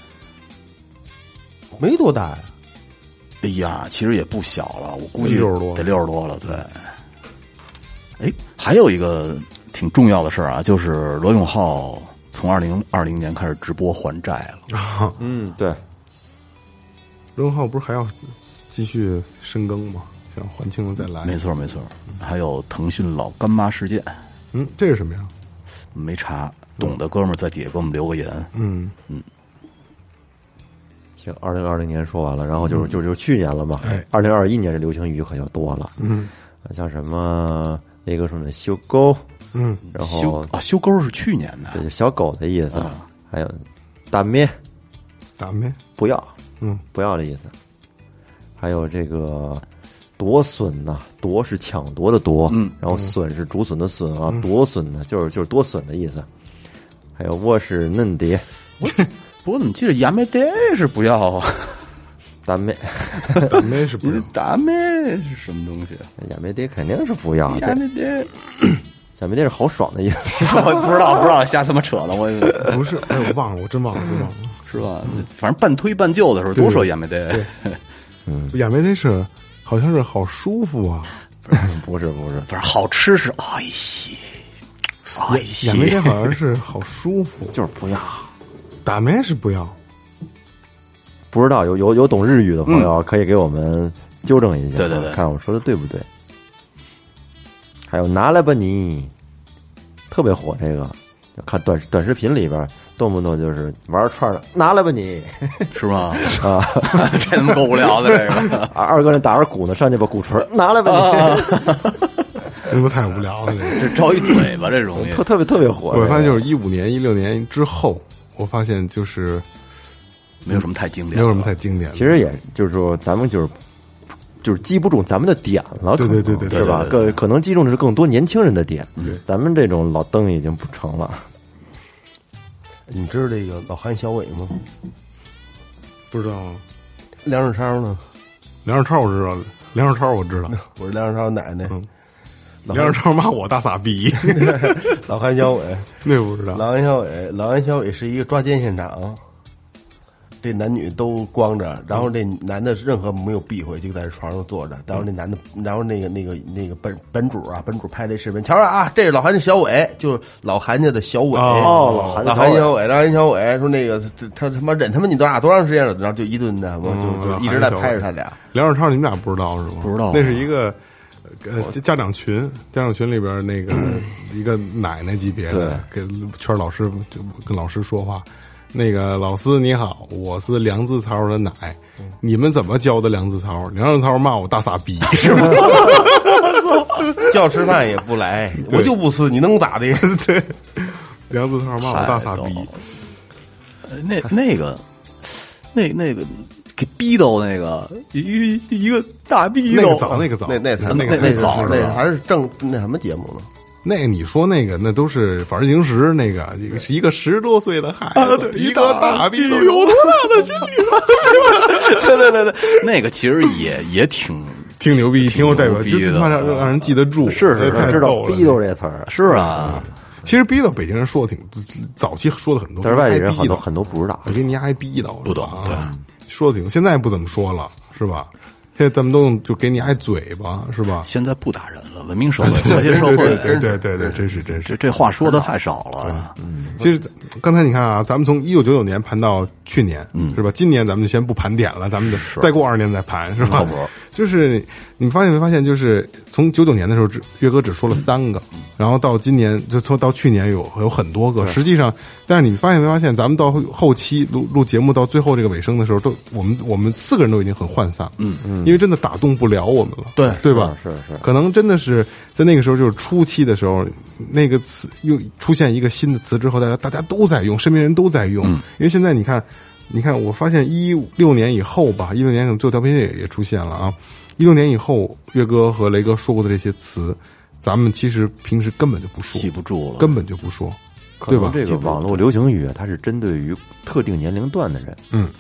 没多大呀。 哎呀，其实也不小了，我估计六十多得六十多了。对，哎，还有一个挺重要的事儿啊，就是罗永浩从二零二零年开始直播还债了。 嗯，对， 罗永浩不是还要继续深耕吗？想还清了再来。 没错没错，还有腾讯老干妈事件， 嗯，这是什么呀？ 没查，懂的哥们儿在底下给我们留个言。 嗯嗯， 行，二零二零年说完了，然后就是就就去年了嘛。 哎二零二一年这流行语可就多了， 嗯像什么那个什么修沟， 嗯， 然修后啊修沟是去年的， 对小狗的意思， 啊还有打咩打没？ 不要嗯不要的意思，还有这个夺笋呐、夺是抢夺的夺， 嗯， 然后笋是竹笋的笋啊，夺笋呢就是就是多笋的意思，还有窝是嫩碟， 不过怎么记得牙没得是不要啊？ 打咩打没是不是？ 达咩是什么东西？ 亚梅爹肯定是不要， 牙没得， 亚梅爹是好爽的意思， 我不知道不知道，瞎他妈扯了，我不是，哎，我忘了，我真忘了，真忘了。 是吧？反正半推半就的时候都说牙没得。 亚梅忒是好像是好舒服啊， 不是不是， 不是好吃是哎西，哎西亚梅忒好像是好舒服， 就是不要。 打没是不要。 不知道有有有懂日语的朋友可以给我们纠正一下， 对对对看我说的对不对。还有拿来吧你，特别火这个，看短短视频里边动不动就是玩串的，拿来吧你是吗？ 啊！ 这他妈够无聊的这个。 二哥那打着鼓呢，上去把鼓槌拿来吧你， 这不太无聊了，这个。 这招一嘴巴，这容易。 特特别特别火。 我发现就是一五年、一六年之后，我发现就是没有什么太经典， 没有什么太经典的。 其实也就是说，咱们就是就是记不住咱们的点了， 对对对对可能是吧？ 对对对更可能记住的是更多年轻人的点对， 咱们这种老登已经不成了。 你知道这个老韩小伟吗？ 不知道啊。 梁世超呢？ 梁世超我知道，梁世超我知道， 我是梁世超奶奶。 嗯老梁世超骂我大傻逼， 老韩小伟， 那不知道。 老韩小伟，老韩小伟是一个抓奸现场，这男女都光着，然后这男的任何没有避讳，就在床上坐着，然后那男的，然后那个那个那个本本主啊，本主拍这视频，瞧着啊，这是老韩家小伟，就是老韩家的小伟， 哦老韩老韩小伟，老韩小伟说那个他他妈忍他妈你多大多长时间了，然后就一顿的，我就就一直在拍着他俩。 梁世超你们俩不知道是吗？ 不知道那是一个呃家长群，家长群里边那个一个奶奶级别的，给圈老师就跟老师说话。那个老师你好，我是梁子超的奶，你们怎么教的梁子超？梁子超骂我大傻逼是吗？ 叫吃饭也不来，我就不吃，你能咋的？ 对，梁子超骂我大傻逼。 呃那那个那那个给逼斗那个一一个大逼斗， 那个早，那个早， 那那才那个那个早， 那那还是正那什么节目呢？ 那个你说那个那都是《法制进行时》那个一个是一个十多岁的孩子，一个大逼斗有多大的心理？ 对对对对，那个其实也也挺挺牛逼，挺有代表，就挺牛逼的最起码让让人记得住， 是是是太知道逗了。 逼斗这词儿， 是啊， 其实逼斗北京人说的挺早期说的很多， 但是外地人挨逼斗很多很多不知道。 我给你挨逼斗， 不懂啊对， 说的挺，现在不怎么说了，是吧？现在咱们都用就给你挨嘴巴，是吧？ 现在不打人了，文明社会、和谐社会， 对对对对对，真是真是这。这话说的太少了。 其实刚才你看啊，咱们从一九九九年盘到去年， 嗯是吧？今年咱们就先不盘点了，咱们就再过二十年再盘，是吧靠谱？ 就是你们发现没发现，就是从九九年的时候，只岳哥只说了三个，然后到今年就从到去年有有很多个。实际上，但是你发现没发现，咱们到后期录录节目到最后这个尾声的时候，都我们我们四个人都已经很涣散，嗯嗯，因为真的打动不了我们了， 对对吧？ 是是， 可能真的是在那个时候，就是初期的时候，那个词又出现一个新的词之后，大家大家都在用，身边人都在用。 嗯、 因为现在你看，你看，我发现一六年以后吧，一六年可能最后调频也也出现了啊。一六年以后，岳哥和雷哥说过的这些词，咱们其实平时根本就不说， 记不住了， 根本就不说，对吧？ 这个网络流行语它是针对于特定年龄段的人。 嗯。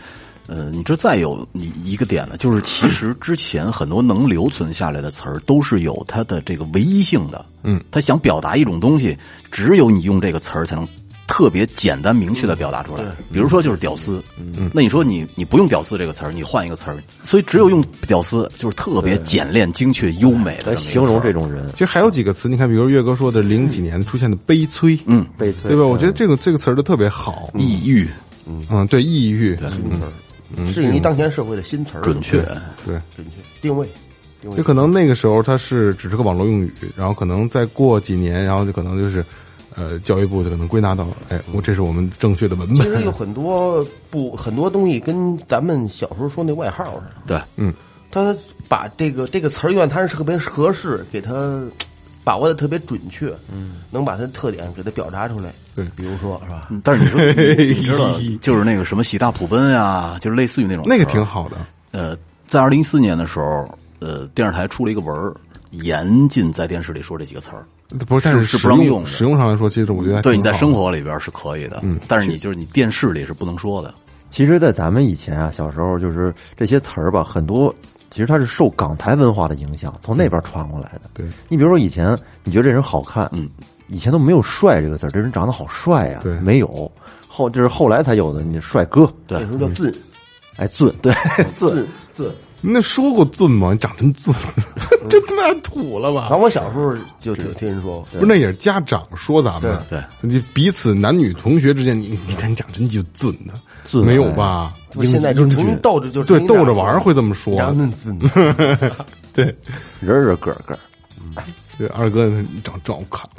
呃，你这再有你一个点呢，就是其实之前很多能留存下来的词儿都是有它的这个唯一性的， 嗯， 他想表达一种东西，只有你用这个词儿才能特别简单明确的表达出来。比如说就是屌丝，嗯，那你说你你不用屌丝这个词儿，你换一个词儿，所以只有用屌丝就是特别简练、精确、优美的来形容这种人。 其实还有几个词，你看，比如岳哥说的零几年出现的悲催， 嗯， 悲催， 对吧？我觉得这个这个词儿都特别好， 抑郁， 嗯，对，抑郁， 对， 适应于当前社会的新词儿， 准确， 对， 准确定位。定位就可能那个时候它是只是个网络用语，然后可能再过几年，然后就可能就是呃教育部就可能归纳到，哎，我这是我们正确的文本。 其实有很多不很多东西跟咱们小时候说那外号似的， 对， 嗯， 他把这个这个词儿用它是特别合适，给它把握的特别准确，嗯，能把它的特点给它表达出来。 对， 比如说是吧？ 嗯但是你说你你知道，就是那个什么喜大普奔呀，就是类似于那种那个词儿挺好的， 呃，在二零一四年的时候，呃，电视台出了一个文儿，严禁在电视里说这几个词儿。 不是，但是使不让用的使用上来说，其实我觉得还对，你在挺好的生活里边是可以的，嗯，但是你就是你电视里是不能说的。 其实，在咱们以前啊，小时候就是这些词儿吧，很多其实它是受港台文化的影响，从那边传过来的。 对， 你比如说以前你觉得这人好看， 嗯， 以前都没有帅这个字儿，这人长得好帅呀、 对没有，后这是后来才有的，你帅哥， 对那时候叫俊， 哎，俊，对，俊， 俊。 那说过俊吗？你长成俊，这他妈土了吧？ 咱我小时候就听听人说过， 不是，那也是家长说咱们， 对， 你彼此男女同学之间，你你真长真就俊的， 俊没有吧？ 不是现在就成天逗着就对成这样逗着玩儿会这么说， 然后那俊， 对， 人人个个， 这二哥你长真好看，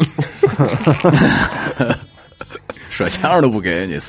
甩枪都不给你，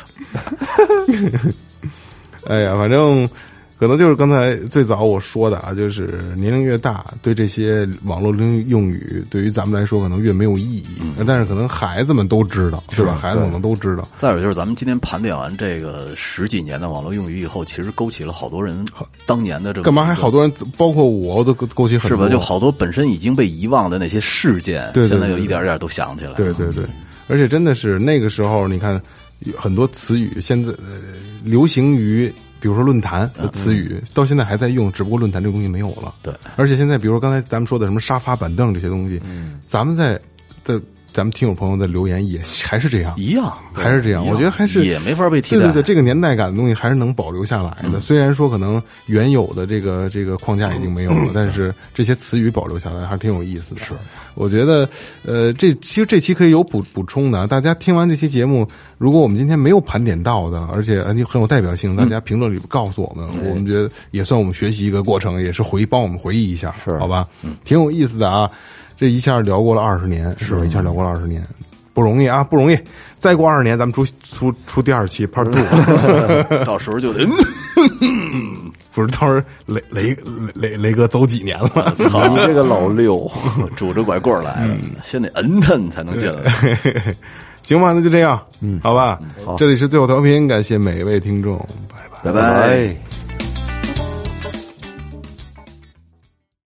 哎呀，反正可能就是刚才最早我说的啊，就是年龄越大，对这些网络用语，对于咱们来说可能越没有意义。嗯、但是可能孩子们都知道，对吧？孩子们可能都知道。 再有就是咱们今天盘点完这个十几年的网络用语以后，其实勾起了好多人当年的这个。 干嘛还好多人，包括我都勾起很多， 是吧？就好多本身已经被遗忘的那些事件， 对对对对现在又一点点都想起来了。 对对对，而且真的是那个时候，你看有很多词语现在、呃、流行于。比如说论坛的词语，到现在还在用，只不过论坛这个东西没有了。 对， 而且现在，比如说刚才咱们说的什么沙发、板凳这些东西，嗯，咱们在的咱们听友朋友的留言也还是这样， 一样， 还是这样。我觉得还是也没法被替代。 对对对，这个年代感的东西还是能保留下来的。嗯、虽然说可能原有的这个这个框架已经没有了，但是这些词语保留下来还是挺有意思的。是，我觉得呃，这其实这期可以有补补充的。大家听完这期节目，如果我们今天没有盘点到的，而且很有代表性，大家评论里告诉我们，嗯、我们觉得也算我们学习一个过程，也是回帮我们回忆一下， 是好吧？嗯，挺有意思的啊。这一下聊过了二十年，是吧？一下聊过了二十年。不容易啊，不容易！再过二十年，咱们出出出第二期 Part Two， 到时候就得， 不是到时候雷雷雷雷哥走几年了？ 操你这个老六， 拄着拐棍来了，先得摁他才能进来。 行吧，那就这样， 嗯， 好吧。 好， 这里是最后调频，感谢每一位听众，拜拜， 拜拜。